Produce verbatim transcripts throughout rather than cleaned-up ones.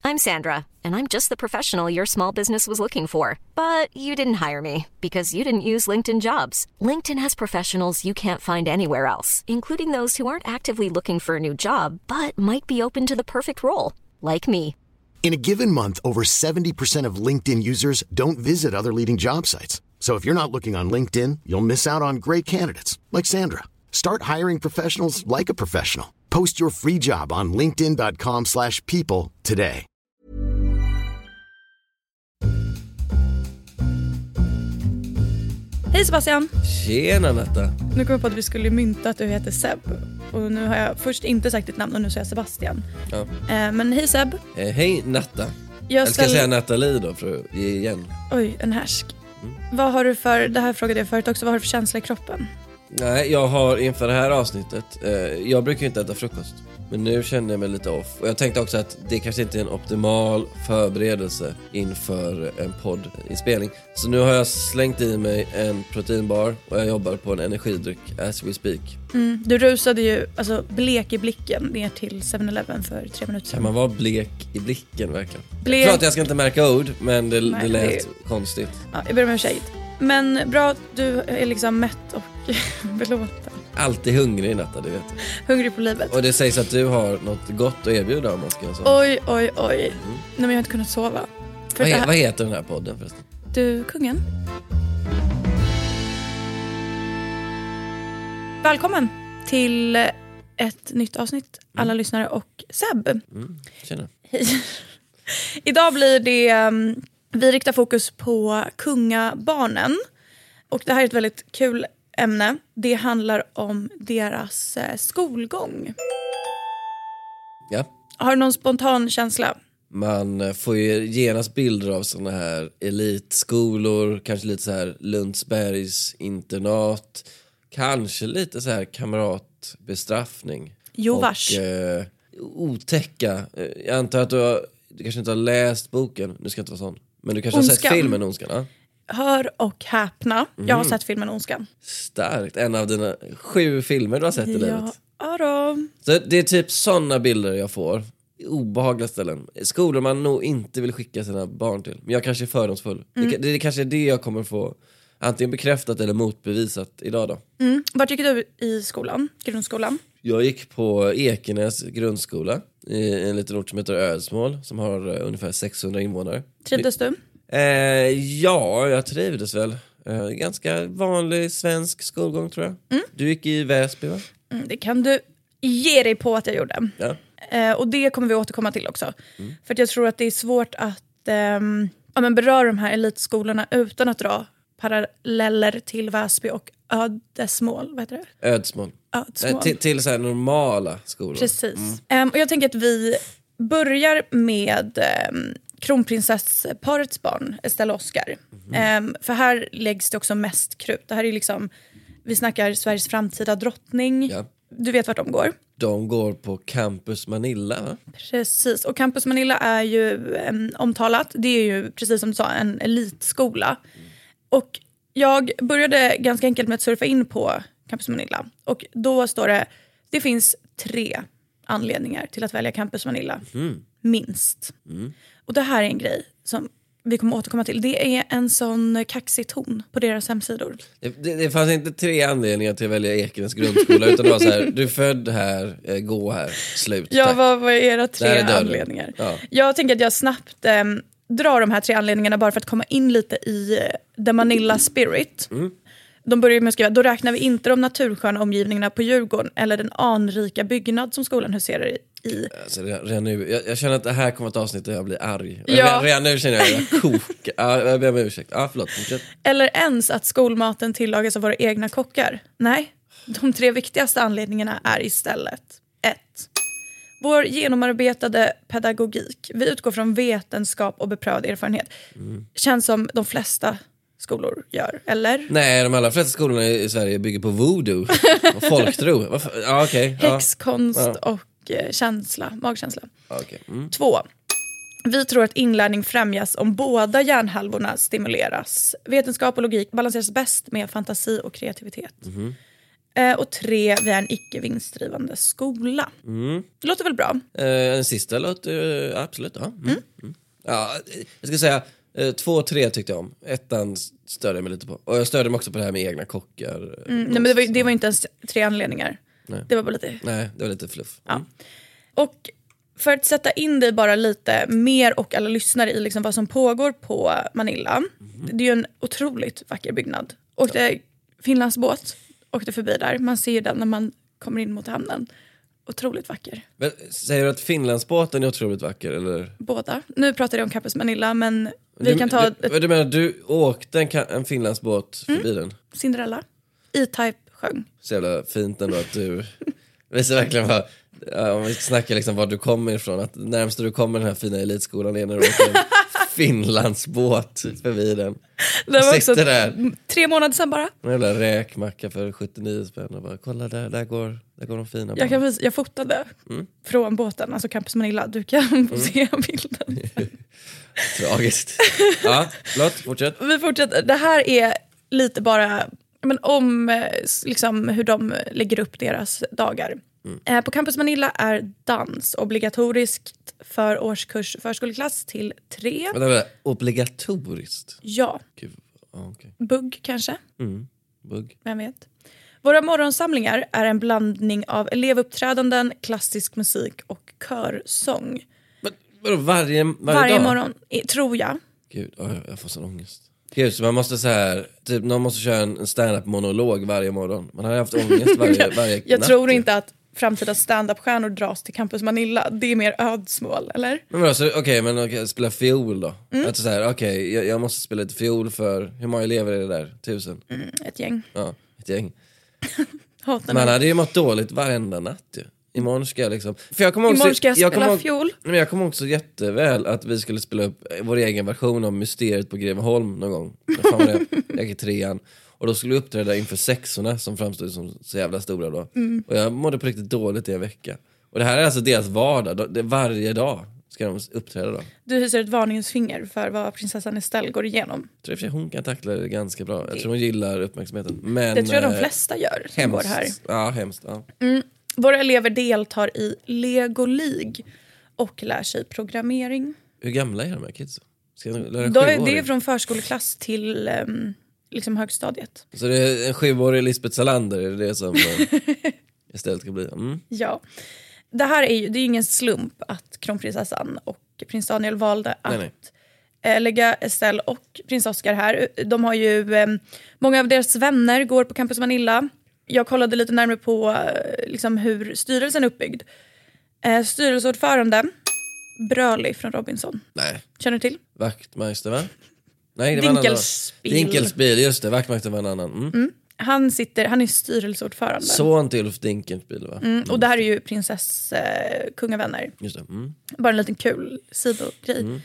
I'm Sandra, and I'm just the professional your small business was looking for. But you didn't hire me because you didn't use LinkedIn Jobs. LinkedIn has professionals you can't find anywhere else, including those who aren't actively looking for a new job, but might be open to the perfect role, like me. In a given month, over seventy percent of LinkedIn users don't visit other leading job sites. So if you're not looking on LinkedIn, you'll miss out on great candidates like Sandra. Start hiring professionals like a professional. Post your free job on linkedin dot com slash people today. Hej Sebastian! Tjena Natta! Nu kom jag på att vi skulle mynta att du heter Seb. Och nu har jag först inte sagt ditt namn och nu säger jag Sebastian. Ja. Eh, men hej Seb. Eh, hej Natta. Jag Eller ska ställ... jag säga Nathalie då för att ge igen? Oj, en härsk. Mm. Vad har du för, det här frågade jag förut också, vad har du för känsla i kroppen? Nej, jag har inför det här avsnittet, eh, jag brukar inte äta frukost. Men nu känner jag mig lite off. Och jag tänkte också att det kanske inte är en optimal förberedelse inför en poddinspelning. Så nu har jag slängt i mig en proteinbar och jag jobbar på en energidryck as we speak. Mm, du rusade ju alltså, blek i blicken ner till seven eleven för tre minuter sedan. Kan man vara blek i blicken verkligen? Blek... Förlåt, jag ska inte märka ord, men det, Nej, det lät det... konstigt. Ja, jag ber om ursäkt. Men bra, du är liksom mätt och belåten. Alltid hungrig Natta, det vet du. Hungrig på livet. Och det sägs att du har något gott att erbjuda om man ska så. Oj, oj, oj. Mm. Nej, men jag har inte kunnat sova. För vad, här... vad heter den här podden förresten? Du, kungen. Välkommen till ett nytt avsnitt, alla mm. lyssnare och Seb. Mm. Tjena. Idag blir det, um, vi riktar fokus på kungabarnen. Och det här är ett väldigt kul ämne. Det handlar om deras eh, skolgång. Ja. Har du någon spontan känsla? Man får ju genast bilder av såna här elitskolor, kanske lite så här Lundsbergs internat, kanske lite så här kamratbestraffning. Jo, vars. Och eh, otäcka. Jag antar att du, har, du kanske inte har läst boken, nu ska inte vara sån. Men du kanske Ondskan. har sett filmen Ondskan, ja? Hör och häpna. Jag har sett filmen Ondskan. Starkt. En av dina sju filmer du har sett i ja, livet. Ja då. Så det är typ sådana bilder jag får. Obehagliga ställen. Skolor man nog inte vill skicka sina barn till. Men jag kanske är fördomsfull. Mm. Det, det, det kanske är det jag kommer få antingen bekräftat eller motbevisat idag då. Mm. Var gick du i skolan? Grundskolan? Jag gick på Ekenäs grundskola i en liten ort som heter Ödsmål, som har uh, ungefär sexhundra invånare. Trivdes du? Eh, ja, jag trivdes väl. Eh, ganska vanlig svensk skolgång tror jag. Mm. Du gick i Väsby, va? Mm, det kan du ge dig på att jag gjorde. Ja. Eh, och det kommer vi återkomma till också. Mm. För att jag tror att det är svårt att eh, ja, men beröra de här elitskolorna utan att dra paralleller till Väsby och Ödsmål. Vad heter det? Ödsmål. Ödsmål. Eh, till till så här normala skolor. Precis. Mm. Eh, och jag tänker att vi börjar med eh, kronprinsessparets barn, Estelle och Oscar. Mm. Um, för här läggs det också mest krut. Det här är liksom, vi snackar Sveriges framtida drottning. Ja. Du vet vart de går? De går på Campus Manilla, va? Precis, och Campus Manilla är ju um, omtalat. Det är ju, precis som du sa, en elitskola. Mm. Och jag började ganska enkelt med att surfa in på Campus Manilla. Och då står det, det finns tre anledningar till att välja Campus Manilla. Mm. Minst. Mm. Och det här är en grej som vi kommer återkomma till. Det är en sån kaxig ton på deras hemsidor. Det, det, det fanns inte tre anledningar till att välja Ekenäs grundskola, utan det var så här, du är född här, gå här, slut. Ja, tack. vad var era tre anledningar? Ja. Jag tänker att jag snabbt eh, drar de här tre anledningarna bara för att komma in lite i the Manila spirit. Mm. De börjar med att skriva, då räknar vi inte de natursköna omgivningarna på Djurgården eller den anrika byggnad som skolan huserar i. i. Alltså, redan, redan nu, jag, jag känner att det här kommer ett avsnitt där jag blir arg. Ja. Redan, redan nu känner jag att jag kokar. Ja, jag ber om ursäkt. Ja, förlåt. Fortsätt. Eller ens att skolmaten tillagas av våra egna kockar. Nej, de tre viktigaste anledningarna är istället ett. Vår genomarbetade pedagogik. Vi utgår från vetenskap och beprövad erfarenhet. Mm. Känns som de flesta skolor gör, eller? Nej, de allra flesta skolorna i Sverige bygger på voodoo och folktro. Ja, okay. Häxkonst ja. och eh, känsla, magkänsla. Okay. Mm. Två. Vi tror att inlärning främjas om båda hjärnhalvorna stimuleras. Vetenskap och logik balanseras bäst med fantasi och kreativitet. Mm. Eh, och tre, vi är en icke-vinstdrivande skola. Mm. Det låter väl bra? Eh, den sista låter uh, absolut, ja. Mm. Mm. Mm. Ja, jag ska säga, eh, två och tre tyckte jag om. Ettan störde jag mig lite på. Och jag störde mig också på det här med egna kockar. Mm, nej, men det var, det var inte ens tre anledningar. Nej. Det var bara lite... Nej, det var lite fluff. Ja. Mm. Och för att sätta in dig bara lite mer och alla lyssnare i liksom vad som pågår på Manila. Mm. Det är ju en otroligt vacker byggnad. Och det är Finlands båt. Åkte förbi där. Man ser ju den när man kommer in mot hamnen. Otroligt vacker. Men säger du att Finlandsbåten är otroligt vacker, eller? Båda. Nu pratar jag om Campus Manila, men vi du, kan ta... Du, ett... du menar, du åkte en, en Finlandsbåt förbi mm. den? Cinderella. E-Type sjöng. Så jävla fint ändå att du... visar verkligen vad... Om vi snackar liksom var du kommer ifrån. Att närmast du kommer den här fina elitskolan är när du åker en Finlandsbåt förbi den. Det var också där. tre månader sedan bara. En jävla räkmacka för sjuttionio spänn och bara, kolla där, där går, där går de fina. Jag, kan visa, jag fotade mm. från båten, alltså Campus Manila. Du kan mm. se bilden. Tragiskt. Ja, förlåt, fortsätt. Vi fortsätter. Det här är lite bara men om liksom, hur de lägger upp deras dagar. Mm. Eh, på Campus Manila är dans obligatoriskt för årskurs förskoleklass till tre. Men det var obligatoriskt? Ja. Gud, ah, okay. Bugg kanske? Mm. Bugg. Vem vet. Våra morgonsamlingar är en blandning av elevuppträdanden, klassisk musik och körsång. Men, vadå, varje, varje, varje dag? morgon, tror jag. Gud, oh, jag får sån ångest. Gud, så man måste så här, typ, någon måste köra en stand-up monolog varje morgon. Man har haft ångest varje, varje Jag natt. tror inte att framtida stand-up-stjärnor dras till Campus Manila. Det är mer ödsmål, eller? Men alltså, okej, okay, men okay, spela fiol då. Mm. Alltså så här, okej, okay, jag, jag måste spela lite fiol för, hur många elever är det där? Tusen? Mm, ett gäng. Ja, ett gäng. Hatar Man mig. hade ju mått dåligt varenda natt ju. Imorgon ska jag liksom... För jag kommer Imorgon ska jag jag spela ihåg, fiol. Men jag kommer också jätteväl att vi skulle spela upp vår egen version av Mysteriet på Greveholm någon gång. Fan var det? Jag gick i trean. Och då skulle vi uppträda inför sexorna som framstod som så jävla stora då. Mm. Och jag mådde på riktigt dåligt i en vecka. Och det här är alltså deras vardag. Det, varje dag ska de uppträda då. Du hyser ett varningsfinger för vad prinsessan Estelle går igenom. Jag tror att hon kan tackla det ganska bra. Jag tror hon gillar uppmärksamheten. Men, det tror jag de flesta gör som hemskt. går här. Ja, hemskt. Ja. Mm. Våra elever deltar i Lego League och lär sig programmering. Hur gamla är de här kids? Ska jag lära Då är det är från förskoleklass till um, liksom högstadiet. Så det är en sjuårig Lisbeth Salander, är det det som istället ska bli? Mm. Ja. Det här är ju, det är ingen slump att kronprinsessan och prins Daniel valde att nej, nej. lägga Estelle och prins Oscar här. De har ju, um, många av deras vänner går på Campus Manila. Jag kollade lite närmare på liksom, hur styrelsen är uppbyggd. Eh, styrelseordförande Bröli från Robinson. Nej. Känner du till? Vaktmeister, va? Nej, det Dinkelspiel. var Dinkelspiel, just det. Vaktmeister var en annan. Mm. Mm. Han, sitter, han är styrelseordförande. Son till Ulf Dinkelspiel, va? Mm. Och det här är ju prinsess eh, kungavänner. Just det. Mm. Bara en liten kul sidogrej. Mm.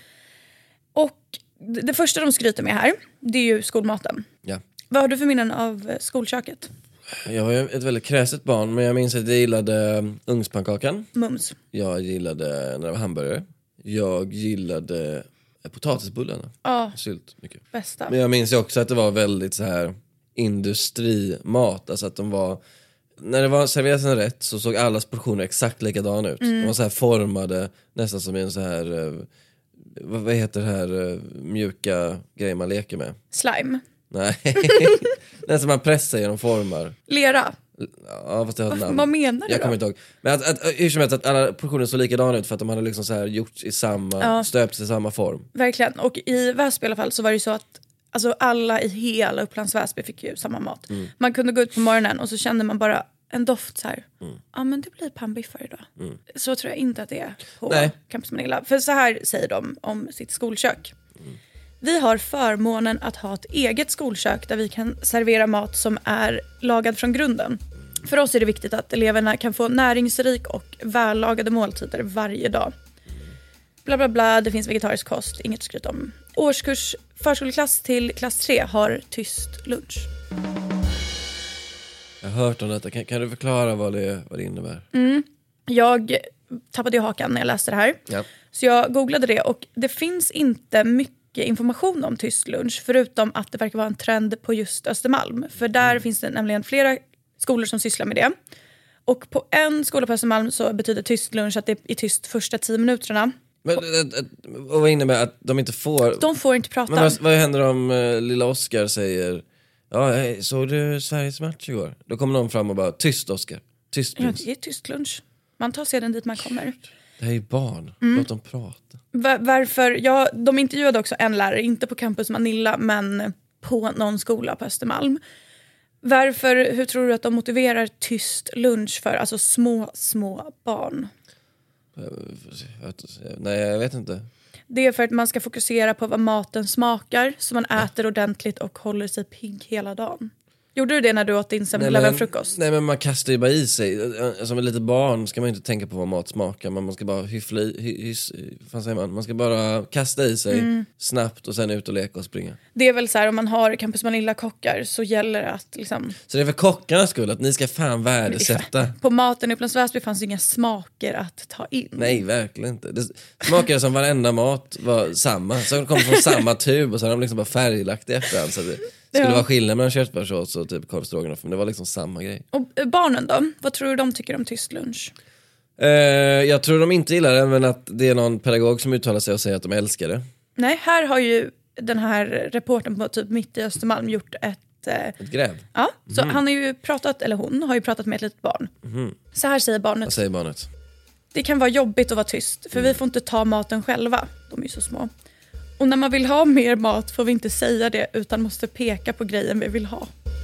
Och det, det första de skryter med här, det är ju skolmaten. Ja. Vad har du för minnen av skolköket? Jag var ju ett väldigt kräset barn, men jag minns att jag gillade ugnspannkakan. Mums. Jag gillade när det var hamburgare. Jag gillade potatisbullarna. Ja, sylt mycket. Bästa. Men jag minns ju också att det var väldigt så här industrimat. Alltså att de var... När det var serverat en rätt så såg allas portioner exakt likadana ut. Mm. De var så här formade, nästan som en så här... Vad, vad heter det här mjuka grejer man leker med? Slime. Nej, den som man pressar genom formar. Lera. Ja, fast det har ett namn. Vad menar du Jag då? kommer inte ihåg. Men att, att, hur som helst att alla portioner såg likadana ut för att de hade liksom så här gjorts i samma, ja. stöpts i samma form. Verkligen, och i Väsby i alla fall så var det ju så att alltså, alla i hela Upplands Väsby fick ju samma mat. Mm. Man kunde gå ut på morgonen och så kände man bara en doft så här. Ja, mm. ah, men det blir pannbiffar idag. Mm. Så tror jag inte att det är på Nej. Campus Manila. För så här säger de om sitt skolkök. Mm. Vi har förmånen att ha ett eget skolkök där vi kan servera mat som är lagad från grunden. För oss är det viktigt att eleverna kan få näringsrik och vällagade måltider varje dag. Bla bla bla, det finns vegetarisk kost, inget skryt om. Årskurs förskoleklass till klass tre har tyst lunch. Jag har hört om detta, kan, kan du förklara vad det, vad det innebär? Mm. Jag tappade ju hakan när jag läste det här. Ja. Så jag googlade det och det finns inte mycket information om tyst lunch förutom att det verkar vara en trend på just Östermalm. För där mm. finns det nämligen flera skolor som sysslar med det. Och på en skola på Östermalm så betyder tyst lunch att det är tyst första tio minuterna. Men, och vad innebär att de inte får... De får inte prata. Men vad, vad händer om uh, lilla Oscar säger... Ja, hej, såg du Sveriges match igår? Då kommer någon fram och bara, tyst Oscar. Tyst Ja, prins. det är tyst lunch. Man tar sedan dit man kommer. Det här är ju barn. Mm. Låt dem prata. Var, varför? Ja, de intervjuade också en lärare, inte på Campus Manilla, men på någon skola på Östermalm. Varför, hur tror du att de motiverar tyst lunch för alltså små, små barn? Nej, jag vet inte. Det är för att man ska fokusera på vad maten smakar så man äter ordentligt och håller sig pigg hela dagen. Gjorde du det när du åt din seven eleven frukost? Nej, men man kastar ju bara i sig. Som ett litet barn ska man inte tänka på vad mat smakar. Men man ska bara hyffla i, hy, hys, vad säger man? Man ska bara kasta i sig mm. snabbt och sen ut och leka och springa. Det är väl så här, om man har Campus Manilla-kockar så gäller det att liksom... Så det är för kockarnas skull att ni ska fan värdesätta. På maten i Upplands Väsby fanns inga smaker att ta in. Nej, verkligen inte. Det smakade som varenda mat var samma. Så de kom från samma tub och så hade de liksom bara färglagt i efterhand. Så det skulle ja. vara skillnad mellan köttfärssås och typ korvstroganoff. Men det var liksom samma grej. Och barnen då? Vad tror du de tycker om tyst lunch? Uh, jag tror de inte gillar det, men att det är någon pedagog som uttalar sig och säger att de älskar det. Nej, här har ju den här reporten på typ mitt i Östermalm gjort ett... Eh, ett gräv? Ja, så mm. han har ju pratat, eller hon har ju pratat med ett litet barn. Mm. Så här säger barnet. Vad säger barnet? Det kan vara jobbigt att vara tyst, för mm. vi får inte ta maten själva. De är ju så små. Och när man vill ha mer mat får vi inte säga det utan måste peka på grejen vi vill ha.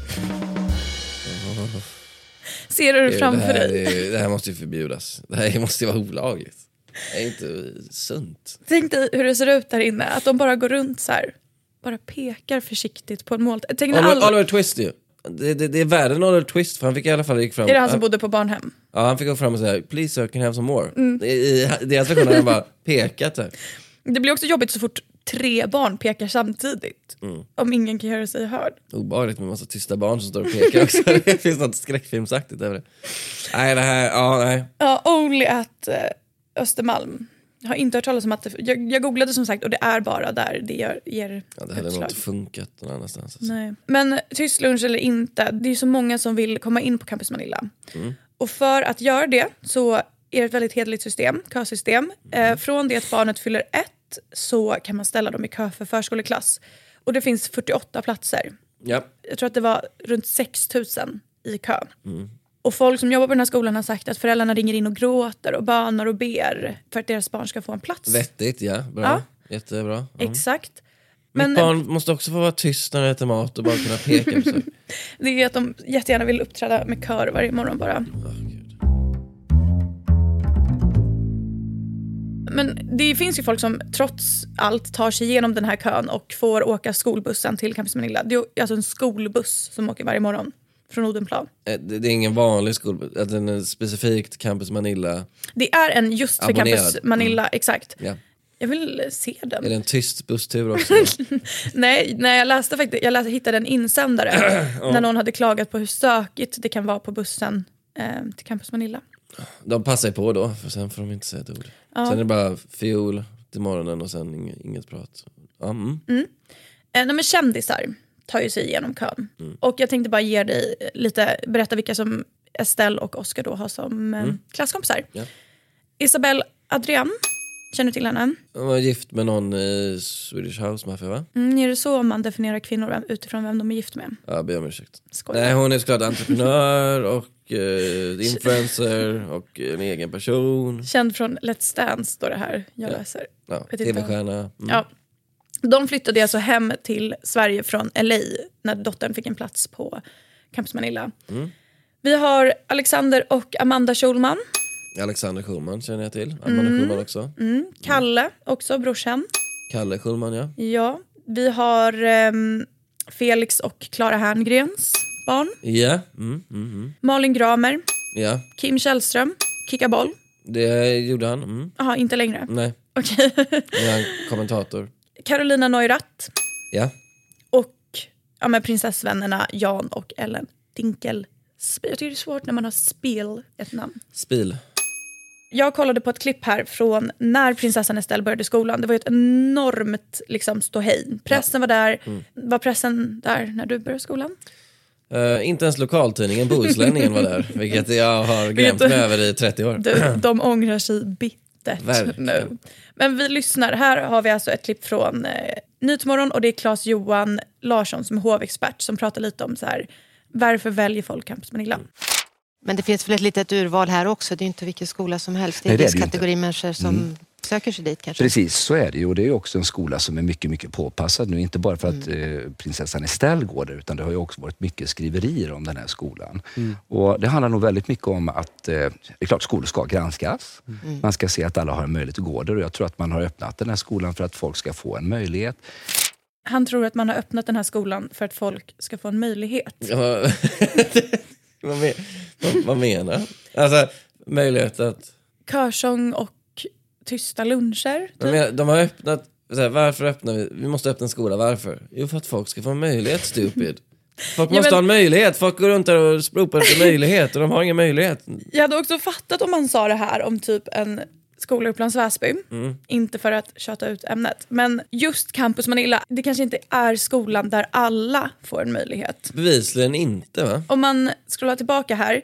Oh. Ser du det framför det dig? Är, det här måste ju förbjudas. Det här måste ju vara olagligt. Det är inte sunt. Tänk dig hur det ser ut där inne. Att de bara går runt så här. Bara pekar försiktigt på en mål. Tänk Oliver, alla... Oliver Twist ju. Det, det, det är värre än Oliver Twist. För han fick i alla fall gick fram. Är det han som bodde på barnhem? Ja, han fick gå fram och säga please sir, can I have some more? Mm. I, i deras version har han bara pekat här. Det blir också jobbigt så fort tre barn pekar samtidigt. Mm. Om ingen kan göra sig hörd. Obehagligt med en massa tysta barn som står och pekar också. Det finns något skräckfilmsaktigt över det. Nej, det här, ja, nej. Ja, only at uh, Östermalm. Jag har inte hört talas om att det, jag, jag googlade som sagt och det är bara där det gör, ger ja, det hade utslag. Nog inte funkat någon annanstans. Alltså. Nej. Men tyst lunch eller inte, det är så många som vill komma in på Campus Manilla. Mm. Och för att göra det så är det ett väldigt hederligt system, kösystem. Mm. Eh, från det att barnet fyller ett så kan man ställa dem i kö för förskoleklass. Och det finns fyrtioåtta platser. Ja. Jag tror att det var runt sex tusen i kö. Mm. Och folk som jobbar på den här skolan har sagt att föräldrarna ringer in och gråter och bönar och ber för att deras barn ska få en plats. Vettigt, ja. Bra. Ja. Jättebra. Mm. Exakt. Men mitt barn måste också få vara tyst när de äter mat och bara kunna peka på sig. Det är att de jättegärna vill uppträda med kör varje morgon bara. Oh, men det finns ju folk som trots allt tar sig igenom den här kön och får åka skolbussen till Campus Manilla. Det är alltså en skolbuss som åker varje morgon från Odenplan. Det är ingen vanlig skolbuss, att den är specifikt Campus Manilla. Det är en just för abonnerad. Campus Manilla, mm. exakt. Ja. Jag vill se den. Är det en tyst busstur också? Nej, nej, jag läste faktiskt, jag läste, hittade en insändare ja. när någon hade klagat på hur stökigt det kan vara på bussen eh, till Campus Manilla. De passar ju på då, för sen får de inte säga ett ord. Ja. Sen är det bara fiol till morgonen och sen inget, inget prat. Mm. Mm. Eh, nej, men kändisar tar ju sig igenom kön. Mm. Och jag tänkte bara ge dig lite, berätta vilka som Estelle och Oscar då har som eh, mm. klasskompisar. Ja. Isabelle Adrian, känner du till henne? Hon var gift med någon i Swedish House Mafia, va? Mm, är det så man definierar kvinnor utifrån vem de är gift med? Ja, be om ursäkt. Nej, hon är såklart entreprenör och eh, influencer och en egen person. Känd från Let's Dance står det här, jag ja. läser. Ja, tv-stjärna. Mm. Ja. De flyttade alltså hem till Sverige från L A när dottern fick en plats på Campus Manilla. Mm. Vi har Alexander och Amanda Schulman. Alexander Schulman känner jag till. Amanda mm. Schulman också. Mm. Kalle mm. också, brorsan. Kalle Schulman, ja. Ja, vi har um, Felix och Clara Herngrens barn. Ja. Mm, mm, mm. Malin Gramer. Ja. Kim Källström. Kicka boll. Det gjorde han. Jaha, mm. inte längre. Nej. Okej. Okay. Det är en kommentator. Carolina Neurath. Ja. Och ja, med prinsessvännerna Jan och Ellen Dinkel. Jag tycker det är svårt när man har Spiel ett namn. Spiel. Jag kollade på ett klipp här från när prinsessan Estelle började skolan. Det var ju ett enormt liksom, ståhej. Pressen ja. var där. Mm. Var pressen där när du började skolan? Uh, inte ens lokaltidningen Bohuslänningen var där, vilket jag har grämt mig över i trettio år. Du, de ångrar sig bittert Verkligen. nu. Men vi lyssnar. Här har vi alltså ett klipp från eh, Nyhetsmorgon och det är Claes Johan Larsson som är hovexpert som pratar lite om så här, varför väljer folk Campus Manilla? Men det finns väl ett litet urval här också. Det är inte vilken skola som helst. Det är Nej, en det är viss det kategori inte. människor som Mm. söker sig dit kanske. Precis, så är det ju. Och det är ju också en skola som är mycket, mycket påpassad nu. Inte bara för att Mm. eh, prinsessan Estelle går där, utan det har ju också varit mycket skriverier om den här skolan. Mm. Och det handlar nog väldigt mycket om att, eh, det är klart, skolor ska granskas. Mm. Man ska se att alla har en möjlighet att gå där. Och jag tror att man har öppnat den här skolan för att folk ska få en möjlighet. Han tror att man har öppnat den här skolan för att folk ska få en möjlighet. Ja, vad, men, vad, vad menar? Alltså, möjlighet att... Körsång och tysta luncher. Typ. De, men, de har öppnat... Så här, varför öppnar vi? Vi måste öppna en skola. Varför? Jo, för att folk ska få en möjlighet, stupid. Folk Ja, måste men- ha en möjlighet. Folk går runt där och ropar efter möjlighet och de har ingen möjlighet. Jag hade också fattat om man sa det här om typ en skola i Upplands Väsby. Mm. Inte för att köta ut ämnet. Men just Campus Manilla, det kanske inte är skolan där alla får en möjlighet. Bevisligen inte, va? Om man scrollar tillbaka här.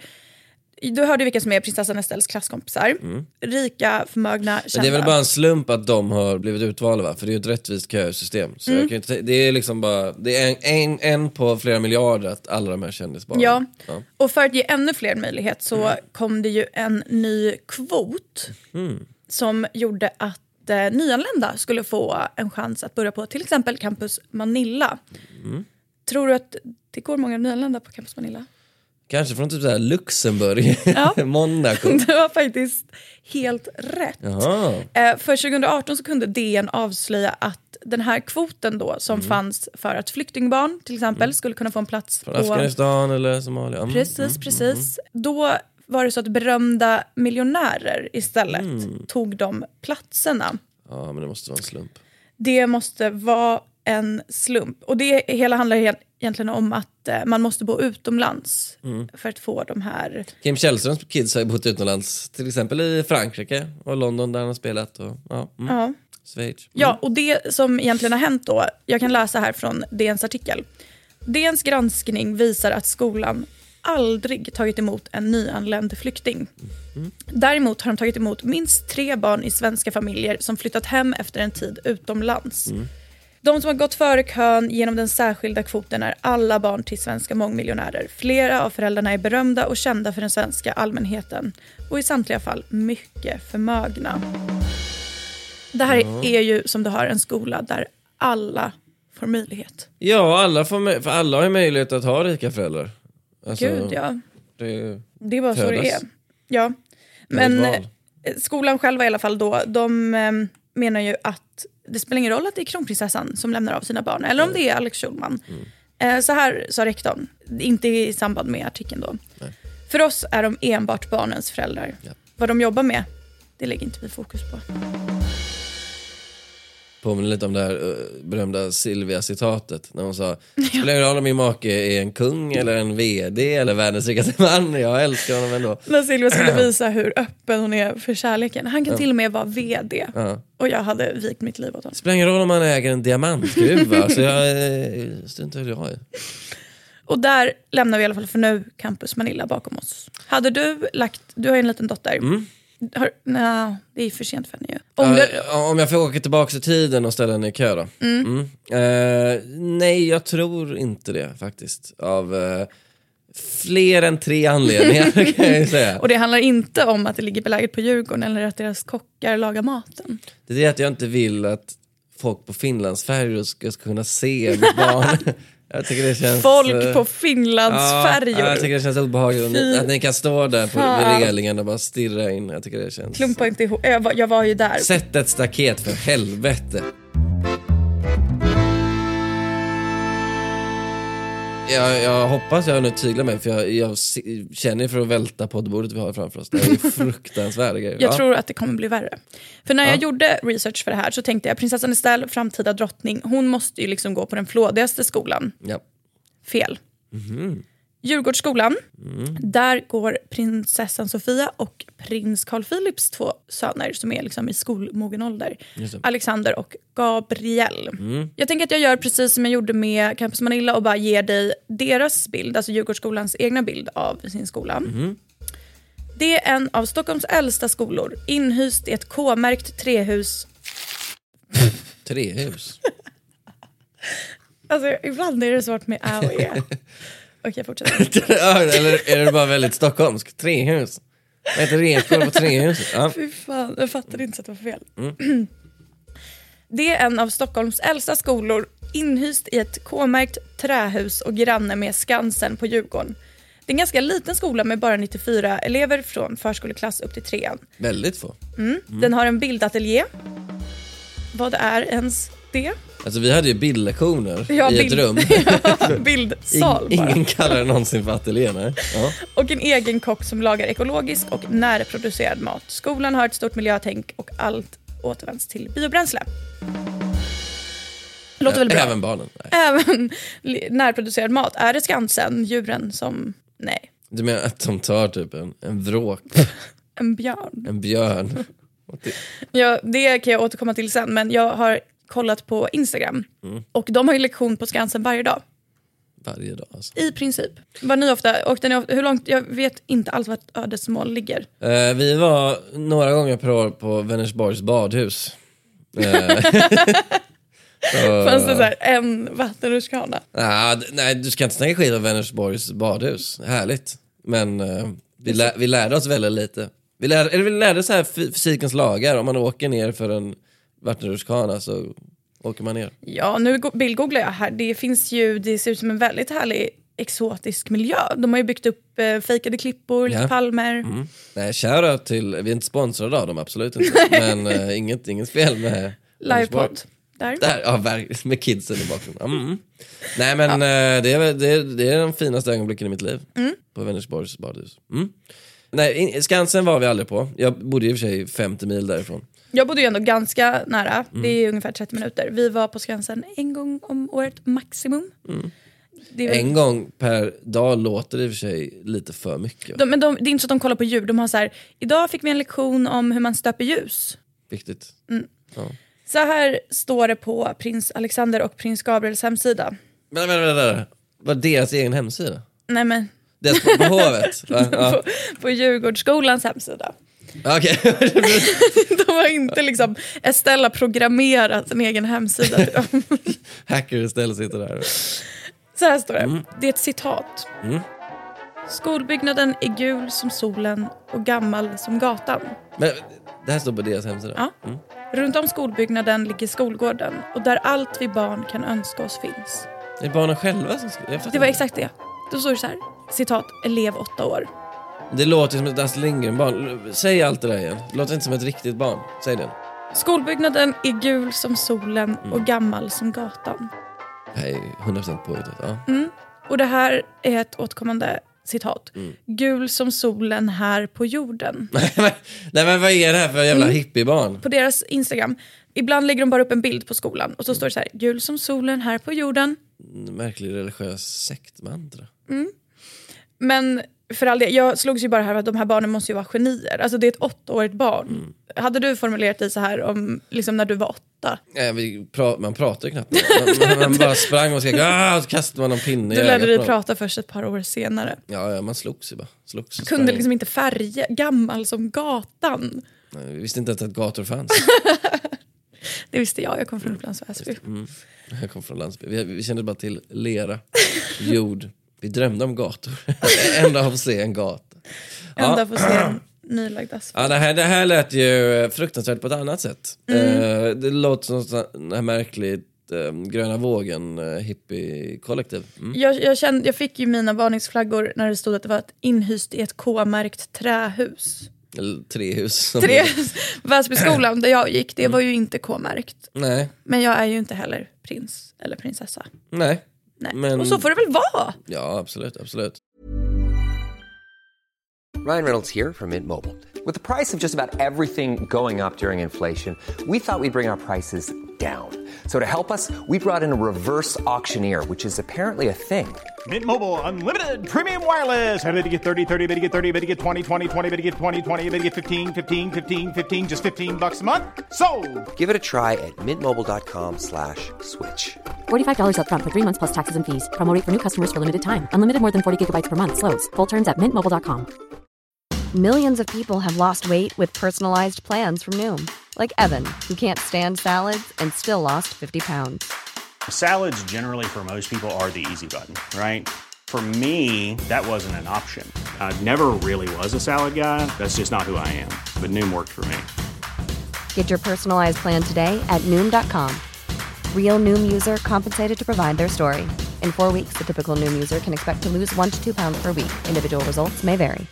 Du hörde vilka som är prinsessan Estelles klasskompisar. Mm. Rika, förmögna, kända. Men det är väl bara en slump att de har blivit utvalda, va? För det är ju ett rättvist kösystem. Så Mm. jag kan inte, det är liksom bara... Det är en, en, en på flera miljarder att alla de här kändisbarnen... Ja. ja. Och för att ge ännu fler möjlighet så mm. kom det ju en ny kvot Mm. som gjorde att eh, nyanlända skulle få en chans att börja på till exempel Campus Manilla. Mm. Tror du att det går många nyanlända på Campus Manilla? Kanske från typ så här Luxemburg, Ja. Monaco. Det var faktiskt helt rätt. Jaha. Eh, för tjugo arton så kunde D N avslöja att den här kvoten då som Mm. fanns för att flyktingbarn till exempel skulle kunna få en plats Från på... Afghanistan eller Somalia. Mm. Precis, mm, precis. Då var det så att berömda miljonärer istället Mm. tog de platserna. Ja, men det måste vara en slump. Det måste vara en slump. Och det hela handlar helt, egentligen om att eh, man måste bo utomlands Mm. för att få de här... Kim Källströms kids har ju bott utomlands, till exempel i Frankrike och London där han har spelat. Och, ja, mm. Ja. Schweiz. Mm. Ja, och det som egentligen har hänt då, jag kan läsa här från D N:s artikel. D N:s granskning visar att skolan aldrig tagit emot en nyanländ flykting. Mm. Däremot har de tagit emot minst tre barn i svenska familjer som flyttat hem efter en tid utomlands. Mm. De som har gått före kön genom den särskilda kvoten är alla barn till svenska mångmiljonärer. Flera av föräldrarna är berömda och kända för den svenska allmänheten och i samtliga fall mycket förmögna. Det här Ja. är ju som du har en skola där alla får möjlighet. Ja, alla, får, mö- för alla har ju möjlighet att ha rika föräldrar. Alltså, Gud, ja. Det är ju... Det är bara så födas. det är. Ja. Det är Men ett val. eh, skolan själva i alla fall då, de eh, menar ju att det spelar ingen roll att det är kronprinsessan som lämnar av sina barn, eller om det är Alex Schulman. Mm. Eh, så här sa rektorn, inte i samband med artikeln då. Nej. För oss är de enbart barnens föräldrar. Ja. Vad de jobbar med, det lägger inte vi fokus på. Påminner lite om det här uh, berömda Silvia-citatet när hon sa, spelar ingen roll om min make är en kung eller en vd eller världens rikaste man, jag älskar honom ändå. När Silvia skulle visa hur öppen hon är för kärleken. Han kan Ja. till och med vara vd. Ja. Och jag hade vikt mitt liv åt honom. Spelar ingen roll om man äger en diamantgruva, så jag eh, struntar väl jag i. Och där lämnar vi i alla fall för nu Campus Manilla bakom oss. Hade du lagt, du har ju en liten dotter. Mm. Har, nej, det är för sent för henne ju. Om Om, du, om jag får åka tillbaka i tiden och ställa henne i kö då? Mm. Mm. Eh, nej, jag tror inte det faktiskt. Av eh, fler än tre anledningar kan jag ju säga. och det handlar inte om att det ligger beläget på Djurgården eller att deras kockar lagar maten. Det är det att jag inte vill att folk på Finlandsfärjor ska, ska kunna se mitt barn. Jag tycker det känns... Folk eh, på Finlandsfärjor. Ja, jag tycker det känns obehagligt. Fy Att ni kan stå där på fan. vid relingen och bara stirra in. Jag tycker det känns... Klumpa inte ihop. Jag var, jag var ju där. Sätt ett staket för helvete. Jag, jag hoppas jag nu tyglar mig, för jag, jag se- känner för att välta poddbordet vi har framför oss. Det är ju fruktansvärda grejer. Jag Ja. tror att det kommer bli värre. För när jag Ja. gjorde research för det här så tänkte jag prinsessan Estelle, framtida drottning, hon måste ju liksom gå på den flådigaste skolan. Ja. Fel. Mhm. Djurgårdsskolan, mm. där går prinsessan Sofia och prins Carl Philips två söner som är liksom i skolmogen ålder. Alexander och Gabriel. Mm. Jag tänker att jag gör precis som jag gjorde med Campus Manilla och bara ger dig deras bild, alltså Djurgårdsskolans egna bild av sin skola. Mm. Det är en av Stockholms äldsta skolor, inhyst i ett K-märkt trähus. Trähus? Alltså ibland är det svårt med ä och e. Okej, fortsätt. Eller är det bara väldigt stockholmsk? Trähus. Vad heter repor på trähus? Ja. Fy fan, jag fattade inte att det var fel. Mm. Det är en av Stockholms äldsta skolor, inhyst i ett K-märkt trähus och granne med Skansen på Djurgården. Det är en ganska liten skola med bara nittiofyra elever från förskoleklass upp till trean. Väldigt få. Mm. Mm. Den har en bildateljé. Vad är ens det? Alltså vi hade ju bildlektioner ja, i bild. ett rum. ja, bildsal In, Ingen kallar det någonsin för ateljé, nej. Ja. Och en egen kock som lagar ekologisk och närproducerad mat. Skolan har ett stort miljötänk och allt återvänds till biobränsle. Låter väl bra? Även barnen? Nej. Även närproducerad mat. Är det Skansen, djuren som... Nej. Du menar att de tar typ en, en vråk? en björn. En björn. ja, det kan jag återkomma till sen. Men jag har kollat på Instagram. Mm. Och de har ju lektion på Skansen varje dag. Varje dag alltså. I princip. Var ni ofta? Och den är ofta, hur långt? Jag vet inte alls vart Ödesmål ligger. Eh, vi var några gånger per år på Vänersborgs badhus. Eh. Så, fanns det så här en vattenrutschkana? Nah, nej, du ska inte snacka skit om Vänersborgs badhus. Härligt. Men uh, vi, lä- vi lärde oss väldigt lite. Vi lärde, eller vi lärde så här fysikens lagar. Om man åker ner för en vattenrutschkana så åker man ner. Ja, nu bildgooglar jag här. Det finns ju, det ser ut som en väldigt härlig exotisk miljö. De har ju byggt upp eh, fejkade klippor, ja. lite palmer. Mm. Nej, shoutout till, vi är inte sponsrade av dem, absolut inte. Men uh, inget, inget fel med Livepodd. Där. Där, ja, med kidsen i bakgrunden. Mm. Nej, men ja. det, är, det, är, det är de finaste ögonblicken i mitt liv. Mm. På Vänersborgs badhus. Mm. Nej, Skansen var vi aldrig på. Jag bodde i och för sig femtio mil därifrån. Jag bodde ju ändå ganska nära. Mm. Det är ungefär trettio minuter. Vi var på Skansen en gång om året maximum. Mm. Det en gång per dag låter det i och för sig lite för mycket. De, men de, det är inte så att de kollar på djur. De har så här, idag fick vi en lektion om hur man stöper ljus. Viktigt. Mm. Ja. Så här står det på prins Alexander och prins Gabriels hemsida. Men vänta, vänta, vänta. Vad är deras egen hemsida? Nej men... Det är på, på hovet? Ja. på, på Djurgårdsskolans hemsida. Okej. Okay. De har inte liksom Estella programmerat en egen hemsida till dem. Hacker istället sitter där. Så här står det. Mm. Det är ett citat. Mm. Skolbyggnaden är gul som solen och gammal som gatan. Men det här står på deras hemsida? Ja. Mm. Runt om skolbyggnaden ligger skolgården och där allt vi barn kan önska oss finns. Det är barnen själva som skriver. Det var exakt det. Då står det så här. Citat, elev åtta år. Det låter som ett Astrid Lindgren-barn. Säg allt det där igen. Det låter inte som ett riktigt barn. Säg det. Skolbyggnaden är gul som solen mm. och gammal som gatan. Nej, hundra procent påhittat. Ja. Mm. Och det här är ett återkommande citat. Mm. Gul som solen här på jorden. Nej men vad är det här för jävla mm. hippiebarn? På deras Instagram. Ibland lägger de bara upp en bild på skolan. Och så står det så här. Gul som solen här på jorden. Märklig religiös sektmantra. Mm. Men för all det, jag slogs ju bara här att de här barnen måste ju vara genier. Alltså det är ett åttaårigt barn. Mm. Hade du formulerat dig så här om liksom när du var åtta? Nej, vi pra- man pratar ju knappt. Man, man, man bara sprang och skrek, ah, och så kastade man en pinne. Du lärde dig prata först ett par år senare. Ja, ja man slogs ju bara. Slogs kunde sprang. Liksom inte färja, gammal som gatan. Nej, vi visste inte att gator fanns. Det visste jag, jag kom från Upplands Väsby. Mm. Jag kom från Landsby. Vi, vi kände bara till lera, jord. Vi drömde om gator. Ända av att se en gata. Ända av att se en nylagd asfalt. Ja, det här, det här lät ju fruktansvärt på ett annat sätt. Mm. Uh, det låter som sån här märkligt uh, gröna vågen uh, hippie-kollektiv. Mm. Jag, jag, kände, jag fick ju mina varningsflaggor när det stod att det var ett inhyst i ett K-märkt trähus. Eller trehus. Trehus. Väsbyskolan där jag gick, det mm. var ju inte K-märkt. Nej. Men jag är ju inte heller prins eller prinsessa. Nej. Nej. Men... Och så får det väl vara? Ja, absolut, absolut. Ryan Reynolds here from Mint Mobile. With the price of just about everything going up during inflation, we thought we'd bring our prices down. So to help us, we brought in a reverse auctioneer, which is apparently a thing. Mint Mobile Unlimited Premium Wireless. How to get thirty, thirty, how to get thirty, how to get twenty, twenty, twenty, how to get twenty, twenty, how to get fifteen, fifteen, fifteen, fifteen, just fifteen bucks a month? Sold! Give it a try at mintmobile.com slash switch. forty-five dollars up front for three months plus taxes and fees. Promo rate for new customers for limited time. Unlimited more than forty gigabytes per month. Slows full terms at mint mobile dot com. Millions of people have lost weight with personalized plans from Noom. Like Evan, who can't stand salads and still lost fifty pounds. Salads generally for most people are the easy button, right? For me, that wasn't an option. I never really was a salad guy. That's just not who I am. But Noom worked for me. Get your personalized plan today at Noom dot com. Real Noom user compensated to provide their story. In four weeks, the typical Noom user can expect to lose one to two pounds per week. Individual results may vary.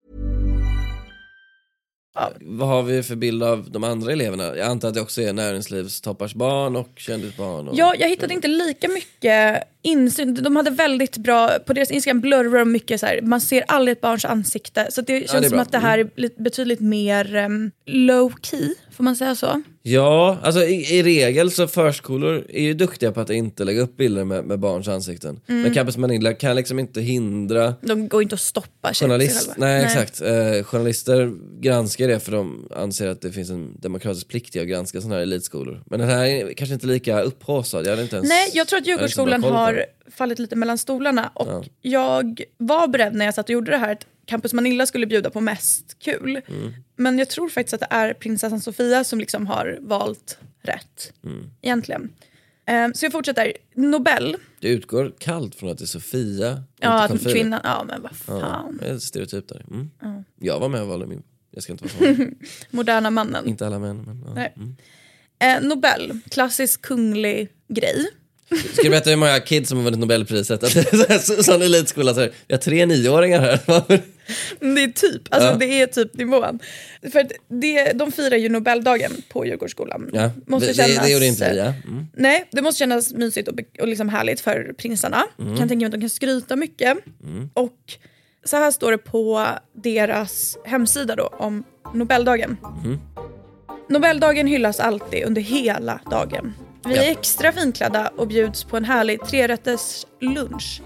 Ja. Vad har vi för bild av de andra eleverna? Jag antar att det också är näringslivstoppars barn och kändisbarn. Och... Ja, jag hittade inte lika mycket insyn. De hade väldigt bra, på deras Instagram blurrar de mycket så här, man ser aldrig ett barns ansikte. Så det känns ja, det som att det här är betydligt mer um, low key, får man säga så? Ja, alltså i, i regel så förskolor är ju duktiga på att inte lägga upp bilder med, med barns ansikten. Mm. Men Campus Manila kan liksom inte hindra... De går inte att stoppa journalist, nej, nej, exakt. Eh, journalister granskar det för de anser att det finns en demokratisk plikt i att granska sådana här elitskolor. Men den här är kanske inte lika upphaussad. Jag hade inte ens, nej, jag tror att Djurgårdsskolan har fallit lite mellan stolarna. Och ja. Jag var beredd när jag satt och gjorde det här att Campus Manila skulle bjuda på mest kul. Mm. Men jag tror faktiskt att det är prinsessan Sofia som liksom har valt rätt. Mm. Egentligen. Um, så jag fortsätter. Nobel. Det utgår kallt från att det är Sofia. Ja, att kvinnan. Ja, men vad fan. Ja, det är ett stereotyp där. Mm. Ja. Jag var med och valde min. Jag ska inte vara så. Moderna mannen. Inte alla män. Men, ja. Nej. Mm. Uh, Nobel. Klassisk kunglig grej. Ska du berätta hur många kids som har vunnit Nobelpriset? Sån elitskola så här, vi har tre nioåringar här. Det är typ, alltså ja. Det är typ nivån. För att det, de firar ju Nobeldagen på Djurgårdsskolan. Ja, måste det, kännas, det gjorde inte vi, ja. Mm. Nej, det måste kännas mysigt och, och liksom härligt för prinsarna. Mm. Kan tänka mig att de kan skryta mycket. Mm. Och så här står det på deras hemsida då om Nobeldagen. Mm. Nobeldagen hyllas alltid under hela dagen. Vi är extra finklädda och bjuds på en härlig trerätters lunch.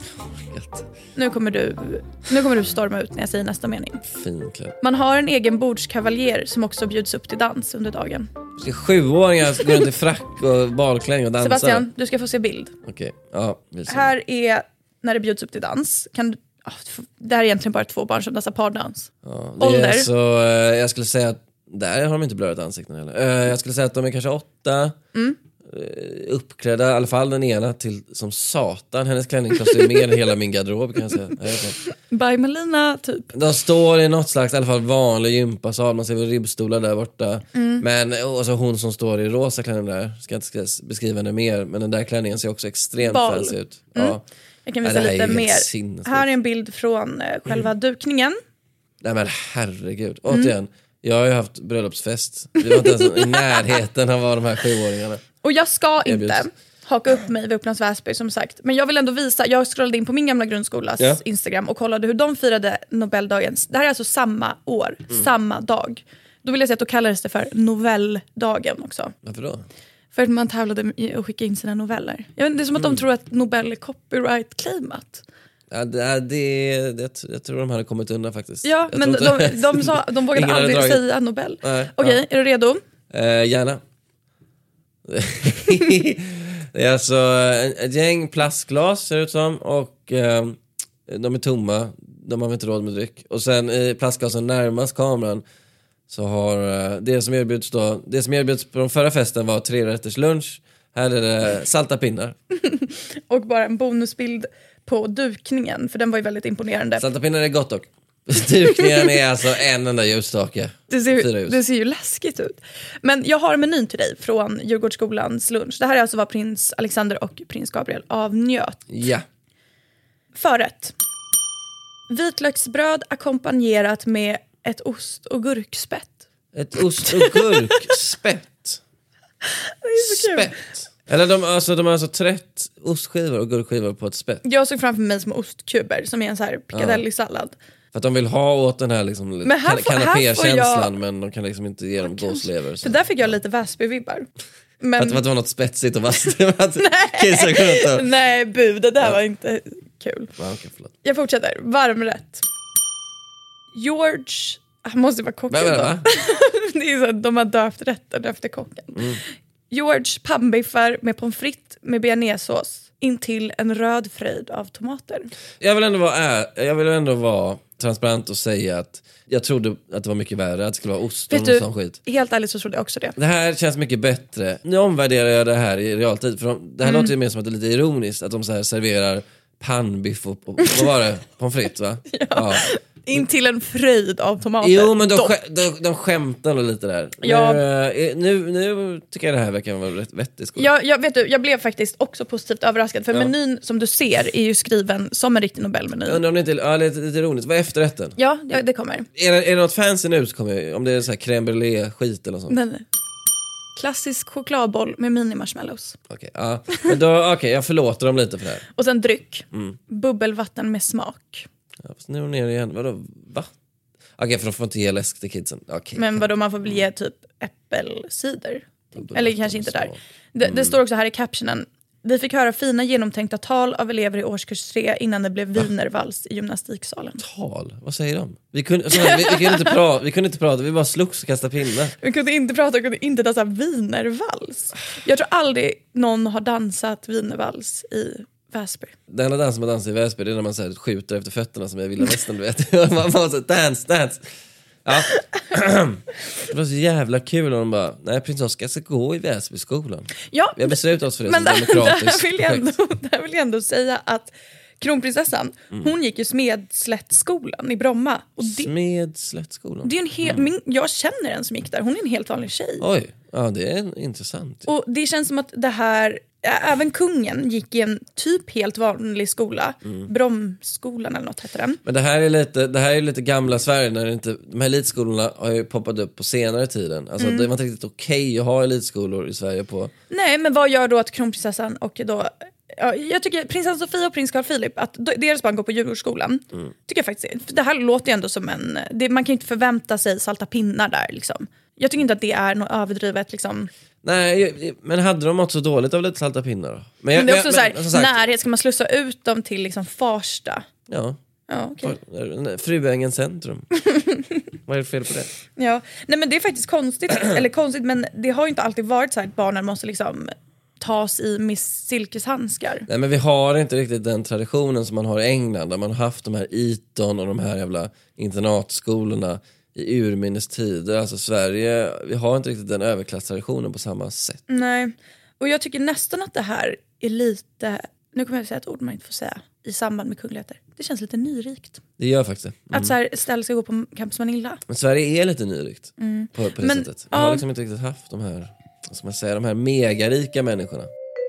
Nu kommer du nu kommer du storma ut när jag säger nästa mening. Finklädd. Man har en egen bordskavaljer som också bjuds upp till dans under dagen. Ska sjuåringar gå runt i frack och balklänning och dansa? Sebastian, du ska få se bild. Okej, ja. Här är när det bjuds upp till dans. Kan du, oh, det här är egentligen bara två barn som dansar pardans. Ja, det Ålder. Är så, uh, jag skulle säga att där har de inte blödat ansikten heller. Uh, jag skulle säga att de är kanske åtta. Mm. Uppklädda, i alla fall den ena till som satan. Hennes klänning kostar mer än hela min garderob kan jag säga. By Melina typ. De står i något slags i alla fall vanlig gympasal. Man ser väl ribbstolar där borta. Mm. Men och så hon som står i rosa klänning där, ska jag inte beskriva henne mer, men den där klänningen ser också extremt Ball. fancy ut. Mm. Ja. Jag kan visa lite mer. Här är en bild från uh, själva dukningen. Nej men herregud. Mm. Återigen, jag har ju haft bröllopsfest. Vi var inte ens i närheten av vad de här sjuåringarna. Och jag ska inte haka upp mig vid Upplands Väsby som sagt. Men jag vill ändå visa, jag scrollade in på min gamla grundskolas yeah. Instagram och kollade hur de firade Nobeldagen. Det här är alltså samma år, mm. samma dag. Då vill jag säga att då kallades det för Nobeldagen också. Varför då? För att man tävlade och skickade in sina noveller. Jag vet, det är som att mm. de tror att Nobel är copyright-claimat. Ja, det, det, det, jag tror de hade kommit undan faktiskt. Ja, jag men de, de, de, sa, de vågade aldrig säga Nobel. Okej, okay, ja. Är du redo? Uh, gärna. Det är alltså ett gäng plastglas ser det ut som. Och eh, de är tomma. De har inte råd med dryck. Och sen i plastglasen närmast kameran så har eh, det som erbjuds då, det som erbjuds på den förra festen var tre rätters lunch. Här är det salta pinnar. Och bara en bonusbild på dukningen, för den var ju väldigt imponerande. Salta pinnar är gott dock. Dukningen är alltså en enda ljusstake. Det ser, det ser ju läskigt ut. Men jag har menyn till dig från Djurgårdsskolans lunch. Det här är alltså vad prins Alexander och prins Gabriel avnjöt. Ja. Förrätt. Vitlöksbröd ackompanjerat med ett ost- och gurkspett. Ett ost- och gurkspett? Det är så kul. Spett. Eller de, alltså, de har alltså trätt ostskivor och gurkskivor på ett spett. Jag såg framför mig som ostkuber som är en så här piccadilly-sallad. För att de vill ha åt den här, liksom, Men här får- kanapé-känslan, här får jag- men de kan liksom inte ge dem gåslever. För där fick jag lite Väsby-vibbar. Men... Att, att det var något spetsigt och vasst. Nej. Nej, bu, det där ja. var inte kul. Ja, okay, jag fortsätter. Varmrätt. George... Han måste vara kocken va, va, då. va? Det är så att de har döpt rätten efter kocken. Mm. George pannbiffar med pommes frites med bearnaisesås in till en röd fröjd av tomater. Jag vill ändå vara, är, jag vill ändå vara transparent och säga att jag trodde att det var mycket värre, att det skulle vara ost och sån skit. Helt ärligt så trodde jag också det. Det här känns mycket bättre. Nu omvärderar jag det här i realtid. För de, det här mm. låter ju mer som att det är lite ironiskt att de så här serverar pannbiff och, och vad var det? Pommes frites, va? Ja. Ja. In till en fröjd av tomater. Jo, men de, sk- de, de skämtar nog lite där. Ja. Nu, nu, nu tycker jag det här verkar vara rätt vettigt. Jag, jag, vet du, jag blev faktiskt också positivt överraskad. För ja. menyn som du ser är ju skriven som en riktig Nobelmeny. Jag undrar om det inte ja, lite, lite roligt. Vad är efterrätten? Ja, det, det kommer. Är det, är det något fancy nu så kommer jag, om det är så här crème brûlée skit eller sånt? Nej, nej. Klassisk chokladboll med mini-marshmallows. Okej, okay, ja. Men då, okay, jag förlåter dem lite för det här. Och sen dryck. Mm. Bubbelvatten med smak. Ja, fast nu är hon nere igen. Vadå? Va? Okej, okay, för de får inte ge läsk till kidsen. Okay. Men vadå, man får väl ge typ äppelcider? Eller kanske inte där. Det, mm. det står också här i captionen. Vi fick höra fina genomtänkta tal av elever i årskurs tre innan det blev wienervals i gymnastiksalen. Tal? Vad säger de? Vi kunde, alltså, vi, vi, kunde inte prata, vi kunde inte prata, vi bara slogs och kastade pinnar. Vi kunde inte prata, vi kunde inte dansa wienervals. Jag tror aldrig någon har dansat wienervals i Väsby. Den enda dansen man dansar i Väsby, det är när man så här, skjuter efter fötterna som jag vill västern, du vet. Man bara så dance, dance. Ja. Det var så jävla kul och de bara, nej, prins Oscar ska gå i Väsbyskolan. Ja, vi har beslutat oss för det men som demokratiskt där vill, jag ändå, där vill jag ändå säga att kronprinsessan, mm. hon gick ju Smedslättskolan i Bromma. Och det, Smedslättskolan? Det är en hel, mm. min, jag känner en som gick där, hon är en helt vanlig tjej. Oj, ja det är intressant. Och det känns som att det här, även kungen gick i en typ helt vanlig skola. Mm. Bromskolan eller något heter den. Men det här är lite, det här är lite gamla Sverige när det inte, de här elitskolorna har ju poppat upp på senare tiden. Alltså mm. det var inte riktigt okej att ha elitskolor i Sverige på. Nej, men vad gör då att kronprinsessan och då... Ja, jag tycker prinsessan Sofia och prins Carl Philip, att deras barn går på Djurgårdsskolan, mm. tycker jag faktiskt. Det här låter ju ändå som en... Det, man kan ju inte förvänta sig salta pinnar där liksom. Jag tycker inte att det är något överdrivet liksom. Nej, men hade de mått så dåligt av lite salta pinnar då? Men, jag, men det är också men, så här, men, sagt, närhet, ska man slussa ut dem till liksom Farsta? Ja. Ja, okay. Fruängen centrum. Vad är det fel på det? Ja, nej men det är faktiskt konstigt, eller konstigt, men det har ju inte alltid varit så här att barnen måste liksom tas i med silkeshandskar. Nej, men vi har inte riktigt den traditionen som man har i England, där man har haft de här Eton och de här jävla internatskolorna i urminnes tider. Alltså Sverige, vi har inte riktigt den överklasstraditionen på samma sätt. Nej, och jag tycker nästan att det här är lite, nu kommer jag att säga ett ord man inte får säga i samband med kungligheter. Det känns lite nyrikt. Det gör faktiskt det. Mm. Att så här, Stella ska gå på Campus Manilla. Men Sverige är lite nyrikt mm. på, på det men, sättet. Vi ja. har liksom inte riktigt haft de här, som man säger, de här megarika människorna.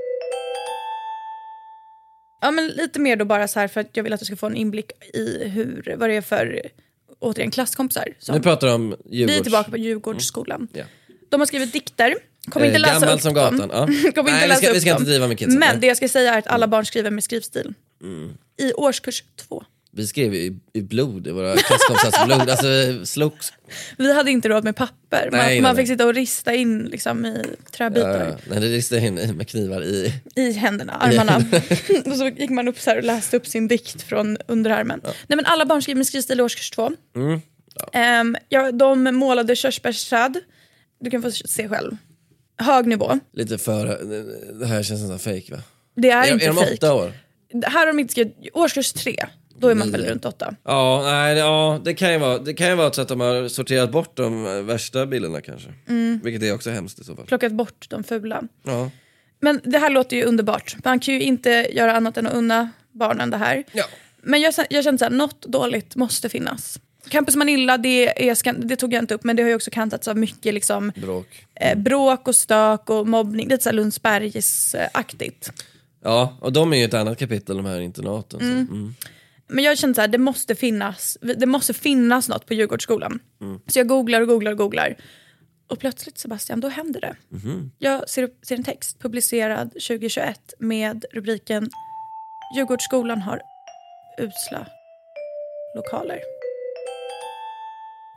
Ja, men lite mer då bara så här för att jag vill att du ska få en inblick i hur, vad det är för, återigen, klasskompisar. Som, nu pratar de om Djurgårds... Vi är tillbaka på Djurgårdsskolan. Mm. Ja. De har skrivit dikter. Kommer inte läsa Gammalt upp som gatan. Ja. Kommer Nej, inte läsa vi ska, upp vi ska inte driva med kidsen. Men det jag ska säga är att alla barn skriver med skrivstil. Mm. I årskurs två. Vi skrev i, i blod, i våra klasskompisars blod. Alltså slogs. Vi hade inte råd med papper. Man, nej, man nej, fick sitta och rista in liksom, i träbitar. Ja, nej, det ristade in med knivar i... I händerna, armarna. Och så gick man upp så här och läste upp sin dikt från underarmen. Ja. Nej, men alla barn skriver med skrivstil i årskurs två. Mm. Ja. Um, ja, de målade körsbärsträd. Du kan få se själv. Hög nivå. Lite för... Det här känns nästan fake, va? Det är, är inte fake. Är de åtta år? Här har de inte skrivit... Årskurs tre. Då är man väl runt åtta. Ja, nej, ja, det kan ju vara, det kan ju vara så att de har sorterat bort de värsta bilderna kanske. Mm. Vilket är också hemskt i så fall. Plockat bort de fula. Ja. Men det här låter ju underbart. Man kan ju inte göra annat än att unna barnen det här. Ja. Men jag, jag kände så här, något dåligt måste finnas. Campus Manilla, det, är, det tog jag inte upp, men det har ju också kantats av mycket liksom, bråk. Eh, bråk och stök och mobbning. Lite så här Lundsbergs-aktigt. Ja, och de är ju ett annat kapitel, de här internaten. Mm. Så. Mm. Men jag kände så här, det måste finnas, det måste finnas något på Djurgårdsskolan. Mm. Så jag googlar och googlar och googlar. Och plötsligt, Sebastian, då händer det. Mm. Jag ser, upp, ser en text publicerad tjugohundratjugoett med rubriken Djurgårdsskolan har usla lokaler.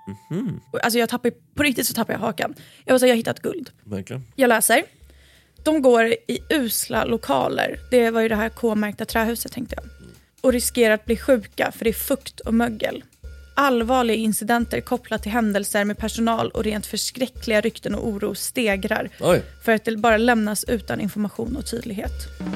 Mm-hmm. Alltså jag tappar, på riktigt så tappar jag hakan. Jag var så, jag har hittat guld. Verkligen. Jag läser. De går i usla lokaler. Det var ju det här K-märkta trähuset, tänkte jag. Och riskerar att bli sjuka för det är fukt och mögel. Allvarliga incidenter kopplat till händelser med personal och rent förskräckliga rykten och oro stegrar. Oj. För att det bara lämnas utan information och tydlighet.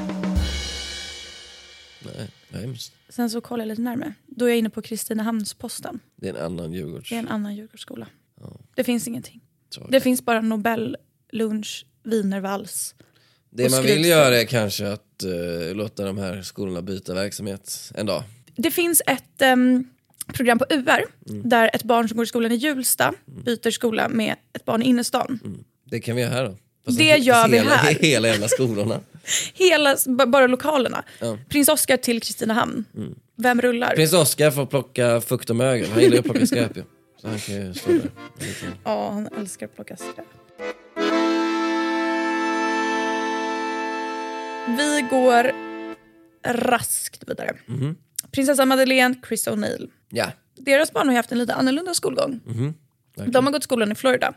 Nej, hemskt. Sen så kollar jag lite närmare. Då är jag inne på Kristinehamnsposten. Det är en annan Djurgårds. Det är en annan Djurgårdsskola. Ja. Det finns ingenting. Tråkigt. Det finns bara Nobel, lunch, wienervals. Det man vill göra är kanske att uh, låta de här skolorna byta verksamhet en dag. Det finns ett um, program på U R mm. där ett barn som går i skolan i Julsta mm. byter skola med ett barn i innerstan. Mm. Det kan vi göra här då. Fast det gör vi hela, här. Hela jävla skolorna. Hela, bara lokalerna. Ja. Prins Oscar till Kristinehamn. Mm. Vem rullar? Prins Oscar får plocka fukt och mögel. Han gillar ju att plocka skräp ju. Så han kan ju stå där. Ja, han älskar att plocka skräp. Vi går raskt vidare. Mm-hmm. Prinsessa Madeleine, Chris O'Neill. Ja. Deras barn har haft en lite annorlunda skolgång. Mm-hmm. De har gått skolan i Florida.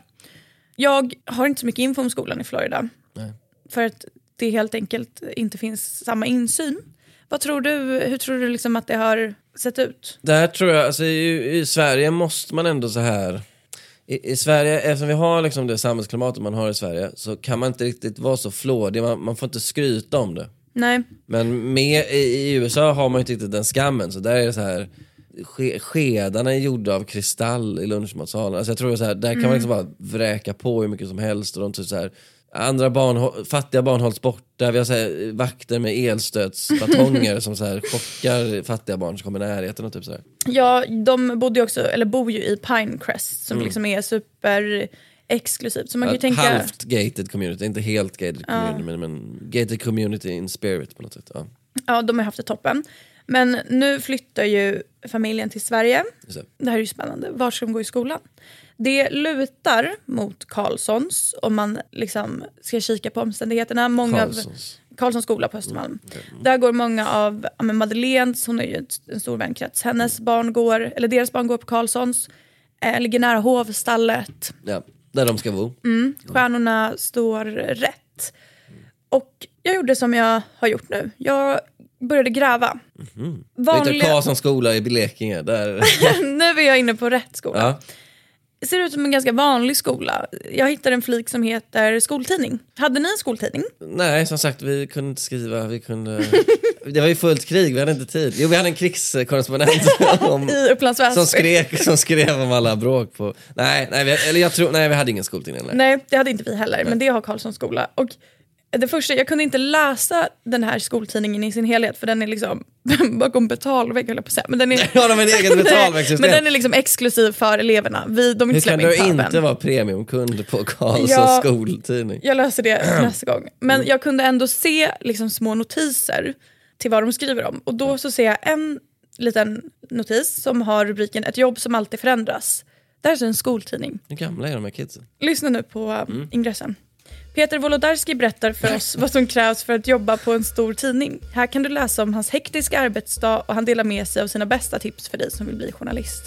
Jag har inte så mycket info om skolan i Florida. Nej. För att det helt enkelt inte finns samma insyn. Vad tror du, hur tror du liksom att det har sett ut? Där tror jag, alltså i, i Sverige måste man ändå så här... I, i Sverige, eftersom vi har liksom det samhällsklimatet man har i Sverige, så kan man inte riktigt vara så flådig. Man, man får inte skryta om det. Nej. Men med, i, i U S A har man inte riktigt den skammen. Så där är det så här... Ske, skedarna är gjorda av kristall i lunchmatsalen. Alltså jag tror så här, där kan mm. man liksom bara vräka på hur mycket som helst. Och de typ så här, andra barn, fattiga barn hålls borta. Vi har så här, vakter med elstötsbatonger som så här chockar fattiga barn som kommer i närheten och typ så här. Ja, de bodde ju också, eller bor ju i Pinecrest som mm. liksom är super exklusivt. Så man kan ju tänka... Halvt gated community, inte helt gated community, ja. men, men gated community in spirit på något sätt. Ja, ja de har haft det toppen. Men nu flyttar ju familjen till Sverige. Det. det här är ju spännande. Var ska de gå i skolan? Det lutar mot Karlssons om man liksom ska kika på omständigheterna. Många Karlssons. Av Karlssons skola på Östermalm. Mm. Okay. Mm. Där går många av ja, Madeleines, hon är ju en stor vänkrets. Hennes mm. barn går, eller deras barn går på Karlssons. Äh, ligger nära hovstallet. Ja, där de ska bo. Mm. Stjärnorna mm. står rätt. Mm. Och jag gjorde som jag har gjort nu. Jag började gräva. Mm-hmm. Vanliga... Det är Karlssons skola i Blekinge. Där... nu är jag inne på rätt skola. Ja. Det ser ut som en ganska vanlig skola. Jag hittade en flik som heter skoltidning. Hade ni en skoltidning? Nej, som sagt, vi kunde inte skriva. Vi kunde... det var ju fullt krig, vi hade inte tid. Jo, vi hade en krigskorrespondent om... i Upplands Väsby. Som, skrek, som skrev om alla bråk på... Nej, nej, vi, eller jag tror, nej vi hade ingen skoltidning. Nej, nej det hade inte vi heller, nej. Men det har Karlssons skola. Och det första, jag kunde inte läsa den här skoltidningen i sin helhet, för den är liksom bakom betalvägg, höll jag på att säga. Men den är, ja, de har en egen betalväggsystem. Men den är liksom exklusiv för eleverna. Vi, de Hur kan du in inte vara premiumkund på Karlssons ja, skoltidning? Jag löser det nästa gång. Men mm. jag kunde ändå se liksom små notiser till vad de skriver om. Och då så ser jag en liten notis som har rubriken "Ett jobb som alltid förändras". Det här är en skoltidning. Hur gamla är de här kidsen? Lyssna nu på mm. ingressen. Peter Wolodarski berättar för oss vad som krävs för att jobba på en stor tidning. Här kan du läsa om hans hektiska arbetsdag och han delar med sig av sina bästa tips för dig som vill bli journalist.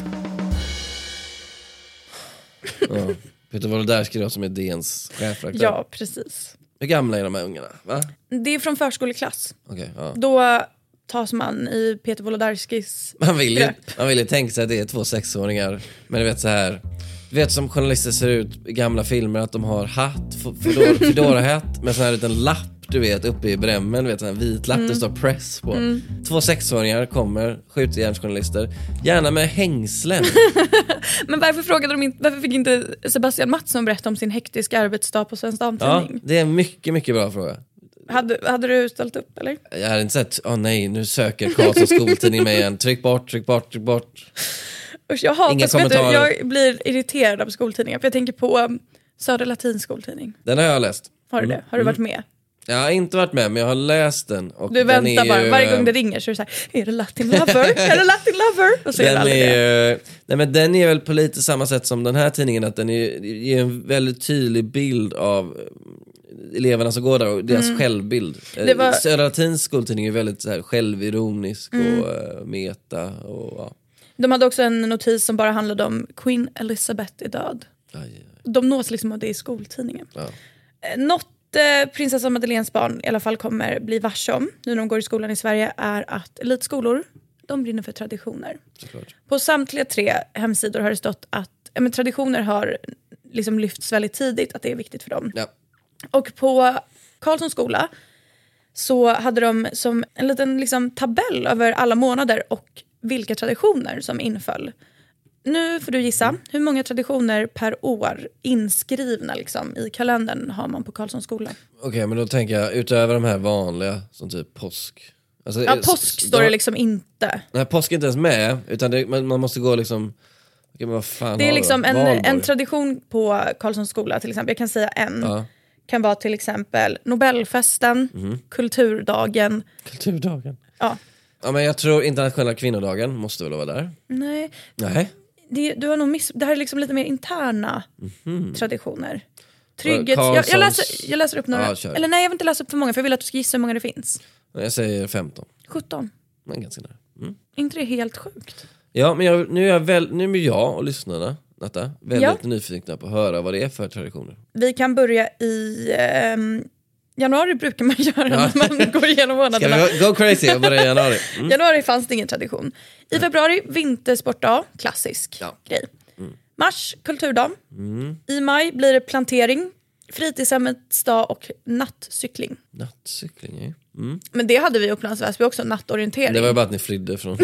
Ja, Peter Wolodarski då, som är D N:s chefredaktör. Ja, precis. Hur gamla är de här ungarna? Va? Det är från förskoleklass. Okay, ja. Då tas man i Peter Wolodarskis man vill ju, grepp. Man vill ju tänka sig att det är två sexåringar. Men du vet så här... Du vet som journalister ser ut i gamla filmer, att de har hatt, Fedora-hatt med sån här liten lapp, du vet, uppe i brämmen, du vet, sån här vit lapp, mm. det står press på. Mm. Två sexåringar kommer, skjutjärnsjournalister, gärna med hängslen. Men varför frågade de inte, varför fick inte Sebastian Mattsson berätta om sin hektiska arbetsdag på Svensk Damtidning? Ja, det är en mycket, mycket bra fråga. Hade, hade du ställt upp, eller? Jag hade inte sett, åh oh, nej, nu söker Karlssons skoltidning mig igen. Tryck bort, tryck bort, tryck bort. Usch, jag hatar, vet du, jag blir irriterad av skoltidningar. För jag tänker på um, Södra Latins skoltidning. Den har jag läst. Har du det? Har du varit med? Jag har inte varit med, men jag har läst den. Och du den väntar är bara, ju, varje gång det ringer så är det så här: är det Latin Lover? Är det Latin Lover? Och så den är det är, nej, men den är väl på lite samma sätt som den här tidningen, att den är, ger en väldigt tydlig bild av eleverna som går där och deras mm. självbild. Var... Södra Latins skoltidning är väldigt så här självironisk mm. och uh, meta och ja. De hade också en notis som bara handlade om Queen Elizabeth är död. Aj, aj. De nås liksom av det i skoltidningen. Ja. Något eh, prinsessa Madeleines barn i alla fall kommer bli varse om nu när de går i skolan i Sverige är att elitskolor, de brinner för traditioner. Såklart. På samtliga tre hemsidor har det stått att ja, men traditioner har liksom lyfts väldigt tidigt, att det är viktigt för dem. Ja. Och på Carlssons skola så hade de som en liten liksom, tabell över alla månader och vilka traditioner som inföll. Nu får du gissa, hur många traditioner per år inskrivna liksom, i kalendern har man på Carlssons skola? Okej, okay, men då tänker jag utöver de här vanliga som typ påsk. Alltså, ja, påsk står det liksom inte. Nej, påsk är inte ens med, utan det, man, man måste gå liksom... Okay, men vad fan det är liksom en, Valborg. En tradition på Carlssons skola till exempel. Jag kan säga en. Ja. Kan vara till exempel Nobelfesten, mm. kulturdagen. Kulturdagen? Ja. Ja, men jag tror internationella kvinnodagen måste väl vara där. Nej. Nej. Det, du har nog miss, det här är liksom lite mer interna mm. traditioner. Trygghets... Karlssons... Jag, jag, läser, jag läser upp några. Ja, eller nej, jag vill inte läsa upp för många för jag vill att du ska gissa hur många det finns. Jag säger femton. sjutton. Men ganska nära. Mm. Inte det helt sjukt? Ja, men jag, nu, är jag väl, nu är jag och lyssnarna Natta, väldigt ja. nyfikna på att höra vad det är för traditioner. Vi kan börja i... Um, januari brukar man göra ja. när man går igenom månaderna. Ska vi go crazy och börja i januari? Mm. Januari fanns det ingen tradition. I februari, vintersportdag, klassisk ja. grej. Mm. Mars, kulturdag. Mm. I maj blir det plantering, fritidshemmets dag och nattcykling. Nattcykling, ja. Mm. Men det hade vi i Upplands Väsby också, nattorientering. Det var bara att ni flydde från...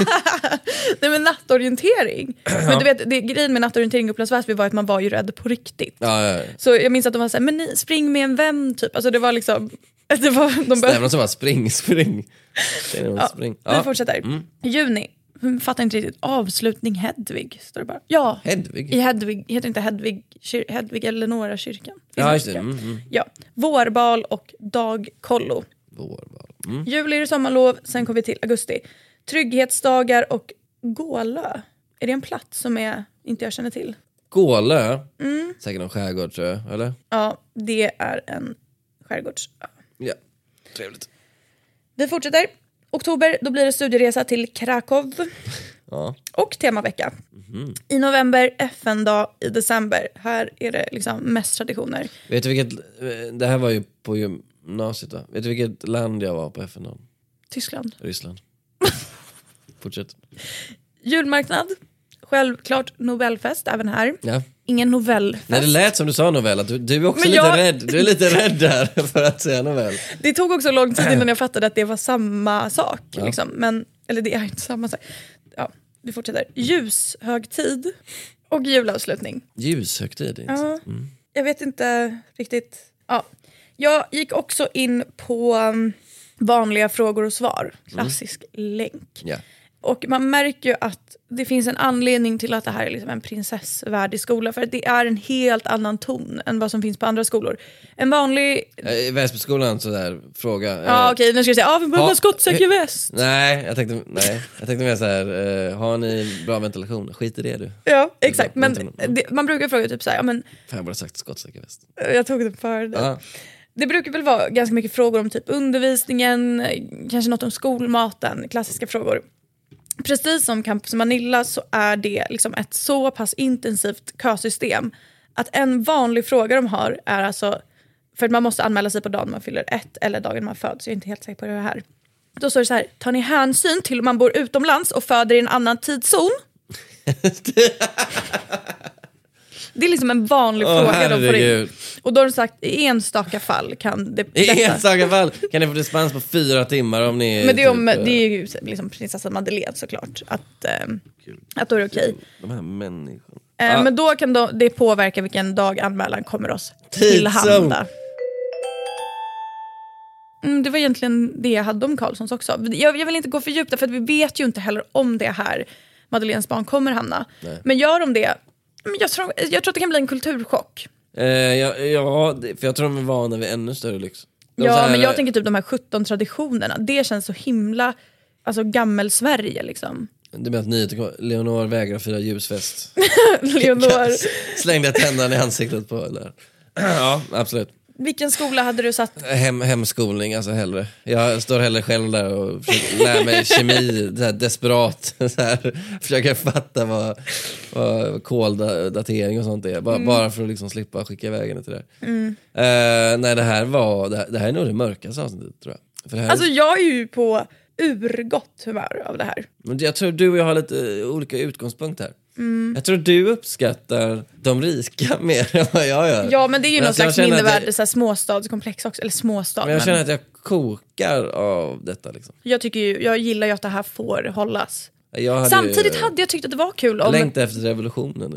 Nej, men nattorientering. Men du vet, det, grejen med nattorientering i Upplands Väsby var att man var ju rädd på riktigt. Ja, ja, ja. Så jag minns att de var såhär, men ni, spring med en vän typ. Alltså det var liksom... Det var, de bör... som var spring, spring. Det är ja, spring. Ja. Vi fortsätter. Mm. Juni. Fattar inte riktigt. Avslutning Hedvig, står det bara. Ja, Hedvig. I Hedvig, heter inte Hedvig, kyr, Hedvig Eleonora kyrkan. Ja, just det. Mm, mm. Ja, vårbal och dagkollo. Vårbal. Mm. Juli är det sommarlov, sen kommer vi till augusti. Trygghetsdagar och Gålö. Är det en plats som är, inte jag känner till? Gålö? Mm. Säkert någon skärgård, tror jag, eller? Ja, det är en skärgårds... Ja, trevligt. Vi fortsätter. Oktober, då blir det studieresa till Krakow. Ja. Och temavecka. Mm-hmm. I november, F N-dag. I december, här är det liksom mest traditioner. Vet du vilket... Det här var ju på gymnasiet, va? Vet du vilket land jag var på F N-dag? Tyskland. Ryssland. Fortsätt. Julmarknad. Självklart Nobelfest även här. Ja. Ingen novellfest. Nej, det lät som du sa novell. Att du, du är också Men lite jag... rädd. Du är lite rädd där för att säga novell. Det tog också lång tid innan jag fattade att det var samma sak. Ja. Liksom. Men, eller det är inte samma sak. Ja, vi fortsätter. Ljushögtid och julavslutning. Ljushögtid? Inte. Ja, mm. Jag vet inte riktigt. Ja. Jag gick också in på um, vanliga frågor och svar. Klassisk mm. länk. Ja. Och man märker ju att det finns en anledning till att det här är liksom en prinsessvärdig skola. För det är en helt annan ton än vad som finns på andra skolor. En vanlig... I Väsbyskolan sådär, fråga... Ja, okej, nu ska jag säga, ja, vi behöver ha skottsäker väst. Nej, jag tänkte, nej, jag tänkte mer såhär, eh, har ni bra ventilation? Skit i det du. Ja, exakt. Men det, man brukar fråga typ såhär, ja men... Fan, jag borde ha sagt skottsäker väst. Jag tog det för det. Ja. Det brukar väl vara ganska mycket frågor om typ undervisningen, kanske något om skolmaten, klassiska frågor. Precis som Campus Manilla så är det liksom ett så pass intensivt kösystem att en vanlig fråga de har är alltså, för att man måste anmäla sig på dagen man fyller ett eller dagen man föds, så jag är inte helt säker på det här. Då står det så här, tar ni hänsyn till om man bor utomlands och föder i en annan tidszon? Det är liksom en vanlig oh, fråga de får in. Och då har de sagt, i enstaka fall kan det... I enstaka fall kan ni få dispens på fyra timmar om ni... Men det är, om, typ, det är ju liksom prinsessan Madeleine såklart. Att, äh, att då är det okej. Okay. De här människorna. Äh, ah. Men då kan då, det påverka vilken dag anmälan kommer oss tillhanda. Mm, det var egentligen det jag hade om Carlssons också. Jag, jag vill inte gå för djupt för att vi vet ju inte heller om det här Madeleines barn kommer hamna. Nej. Men gör de det... Jag tror, jag tror att det kan bli en kulturchock. Eh, ja, ja, för jag tror de är vana vid ännu större lyx. De ja, här, men jag tänker typ de här sjutton traditionerna. Det känns så himla alltså, gammel-Sverige liksom. Du menar att nyheter, Leonor vägrar fira ljusfest. Leonor slängde tänderna i ansiktet på eller? Ja, absolut. Vilken skola hade du satt? Hem, hemskolning, alltså hellre. Jag står hellre själv där och försöker lära mig kemi, så här desperat. Så här, försöker fatta vad, vad koldatering och sånt är. Bara, mm. bara för att liksom slippa skicka iväg henne till det. Mm. Uh, nej, det här var det här, det här är nog det mörkaste avsnittet, tror jag. För det här alltså är... jag är ju på urgott humör av det här. Men jag tror du och jag har lite olika utgångspunkter. Mm. Jag tror du uppskattar de rika mer än vad jag gör. Ja, men det är ju men någon slags jag... mindervärde, så här småstadskomplex också. Eller småstad. Men jag men... känner att jag kokar av detta liksom. Jag tycker ju, jag gillar ju att det här får hållas. Hade Samtidigt ju... hade jag tyckt att det var kul om... Längta efter revolutionen.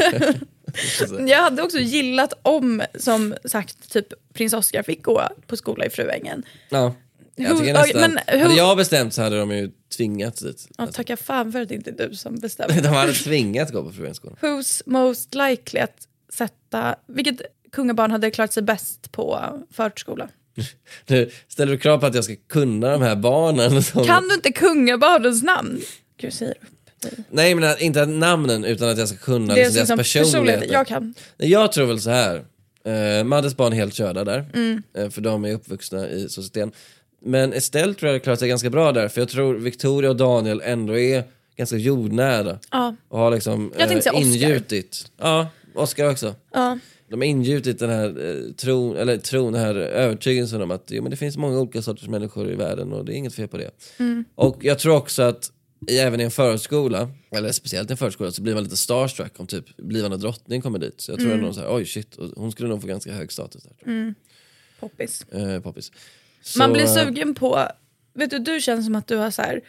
Jag hade också gillat om, som sagt, typ prins Oscar fick gå på skola i Fruängen. Ja. Jag tycker nästan, men hur... Hade jag bestämt så hade de ju tvingats dit. Ja, tacka fan för att det inte är du som bestämmer. De hade tvingats gå på Fruängenskolan. Who's most likely att sätta... Vilket kungabarn hade klarat sig bäst på förskola? Nu ställer du krav på att jag ska kunna de här barnen. Som... Kan du inte kungabarnens namn? Gud, säger upp. Nej, men inte namnen, utan att jag ska kunna det liksom deras personlighet. Jag kan. Jag tror väl så här. Uh, Maddes barn är helt körda där. Mm. Uh, för de är uppvuxna i societeten. Men Estelle tror jag klarar sig ganska bra där. För jag tror Victoria och Daniel ändå är ganska jordnära. Ja. Och har liksom eh, ingjutit. Ja, Oscar också. Ja. De har ingjutit den här eh, tron, eller tron, den här övertygelsen om att jo, men det finns många olika sorters människor i världen och det är inget fel på det. Mm. Och jag tror också att i, även i en förskola, eller speciellt i en förskola, så blir man lite starstruck om typ blivande drottning kommer dit. Så jag tror mm. att någon säger, oj shit, och hon skulle nog få ganska hög status där. Mm. Poppis. Eh, poppis. Så... Man blir sugen på, vet du, du känns som att du har så här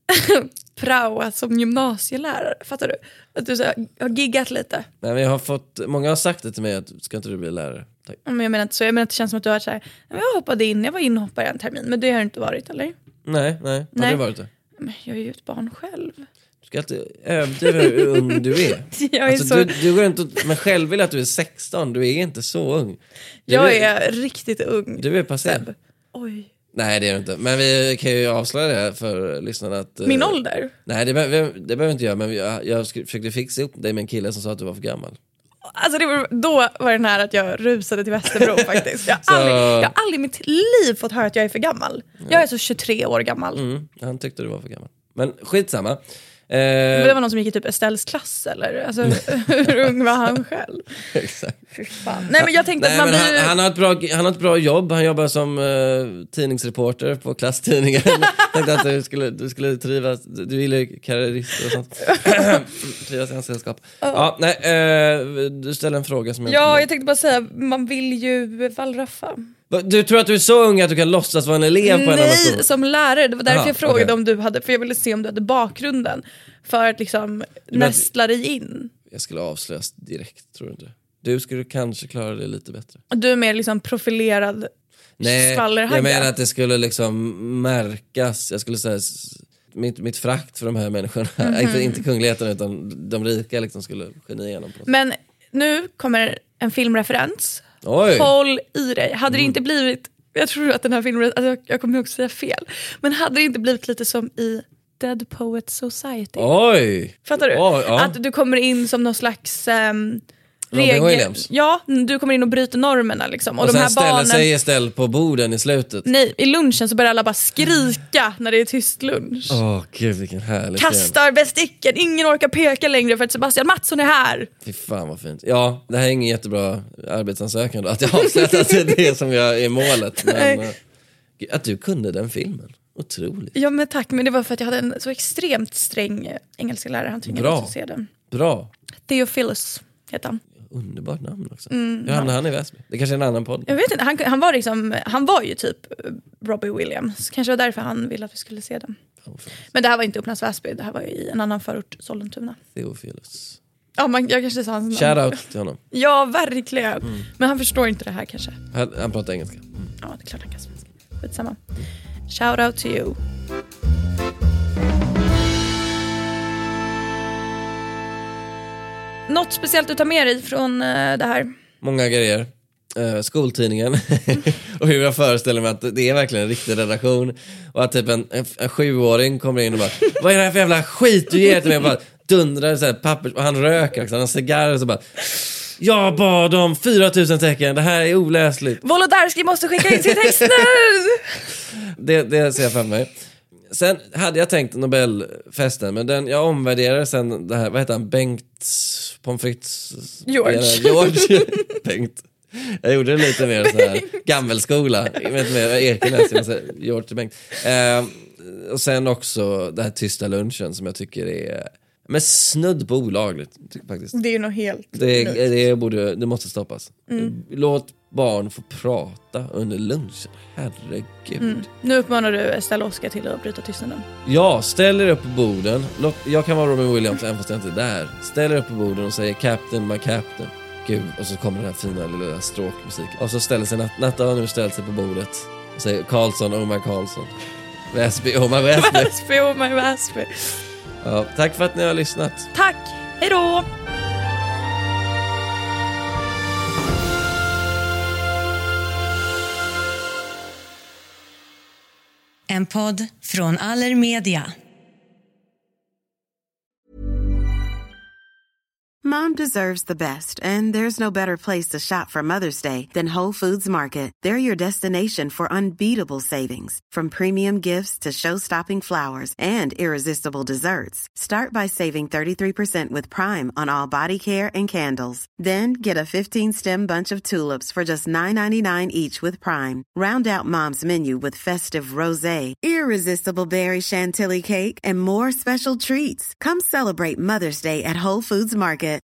praoat som gymnasielärare, fattar du? Att du så här, har giggat lite. Nej, men jag har fått, många har sagt det till mig att ska inte du bli lärare? Tack. Men jag menar inte så, jag menar att det känns som att du har så här, jag hoppade in, jag var inhoppare en termin, men det har inte varit, eller? Nej, nej, har du varit det? Men jag är ju ett barn själv. Du ska alltid överdriva hur ung du är. Jag är alltså, så... du, du går inte och, men själv vill att du är sexton, du är inte så ung. Du jag är, är riktigt ung. Du är passé. Oj. Nej, det är det inte. Men vi kan ju avslöja det för lyssnarna att... Min uh, ålder? Nej, det, be- det behöver inte jag. Men jag, jag försökte fixa upp dig med en kille som sa att du var för gammal. Alltså det var, då var det nära att jag rusade till Västerbro faktiskt. Jag har, så... aldrig, jag har aldrig i mitt liv fått höra att jag är för gammal. Ja. Jag är så tjugotre år gammal. Mm, han tyckte du var för gammal. Men skitsamma. Eh... Men det var någon som gick i typ Estelles klass eller? Alltså, hur ung var han själv? Exakt. Fy fan. Nej, men jag tänkte Nej, att man men blir... han, han, har ett bra, han har ett bra jobb. Han jobbar som uh, tidningsreporter på klasstidningen. Tänkte att du skulle, du skulle trivas. Du gillar ju karriärister och sånt. Trivas i hans sällskap. Uh. Ja, nej, uh, du ställer en fråga som jag... Ja, jag tänkte bara säga, man vill ju wallraffa. Du tror att du är så ung att du kan låtsas vara en elev på en annan skola? Nej, som lärare. Det var därför Aha, jag frågade okay. om du hade, för jag ville se om du hade bakgrunden för att liksom men, nästla dig in. Jag skulle avslöjas direkt, tror du inte? Du skulle kanske klara det lite bättre. Du är mer liksom profilerad. Nej, jag menar att det skulle liksom märkas. Jag skulle säga mitt, mitt frakt för de här människorna, mm-hmm. inte, inte kungligheten utan de rika liksom skulle geni igenom. Men nu kommer en filmreferens. Oj. Håll i dig. Hade det inte blivit, jag tror att den här filmen, alltså jag, jag kommer också säga fel, men hade det inte blivit lite som i Dead Poets Society? Oj! Fattar du? Oj, ja. Att du kommer in som någon slags um, Robin Williams. Ja, du kommer in och bryter normerna liksom. Och, och de här sen ställer barnen... sig istället på borden i slutet. Nej, i lunchen så börjar alla bara skrika när det är tyst lunch. Åh oh, gud, vilken härlig kastar film. Besticken, ingen orkar peka längre för att Sebastian Mattsson är här. Fy fan vad fint. Ja, det här är ingen jättebra arbetsansökan då, att jag avslutat att det är det som jag är målet. Men uh, att du kunde den filmen. Otroligt. Ja, men tack. Men det var för att jag hade en så extremt sträng engelska lärare. Han tvingade mig att se den. Bra. Theophilus heter han. Underbart namn också. Mm, Hur hamnade han i Väsby? Det kanske är en annan podd. Jag vet inte, han, han, var liksom, han var ju typ Robbie Williams. Kanske var därför han ville att vi skulle se den. Oh, men det här var inte Upplands Väsby. Det här var ju i en annan förort, Sollentuna. Theophilus. Ja, man, jag kanske sa hans namn. Shout out till honom. Ja, verkligen. Mm. Men han förstår inte det här kanske. Han, han pratar engelska. Mm. Ja, det är klart han kan svenska. Skitsamma. Shout out to you. Något speciellt du tar med dig från uh, det här? Många grejer. Uh, skoltidningen. Och hur jag föreställer mig att det är verkligen en riktig redaktion. Och att typ en, en, en sjuåring kommer in och bara, vad är det här för jävla skit du ger till mig? Och bara dundrar så här papper. Och han röker också. Han har cigarrer och så bara Jag bad om fyra tusen tecken, det här är oläsligt. Wolodarski måste skicka in sin text nu! det, det ser jag fram mig. Sen hade jag tänkt Nobelfesten, men den, jag omvärderade sen det här, vad heter han, Bengt Pommes frites George. George. Bengt. Jag gjorde det lite mer så här gammelskola. Jag vet inte mer, Ekenäs, George Bengt. Eh, och sen också det här tysta lunchen som jag tycker är men snudd på olagligt faktiskt. Det är ju nog helt det, det, borde, det måste stoppas. Mm. Låt barn få prata under lunchen. Herregud. Mm. Nu uppmanar du Stella Oskar till att bryta tystnaden. Ja, ställ er upp på borden. Låt, jag kan vara Robin Williams även fast jag inte är där. Ställ er upp på borden och säger Captain, my captain. Gud, och så kommer den här fina lilla stråkmusiken. Och så ställer sig Nat- Natta har nu ställt sig på bordet och säger Karlsson, oh my Karlsson. Väsby, oh my Väsby. Väsby, oh my Väsby. Ja, tack för att ni har lyssnat. Tack, hej då! En podd från Allermedia. Mom deserves the best, and there's no better place to shop for Mother's Day than Whole Foods Market. They're your destination for unbeatable savings, from premium gifts to show-stopping flowers and irresistible desserts. Start by saving thirty-three percent with Prime on all body care and candles. Then get a fifteen-stem bunch of tulips for just nine ninety-nine each with Prime. Round out Mom's menu with festive rosé, irresistible berry chantilly cake, and more special treats. Come celebrate Mother's Day at Whole Foods Market.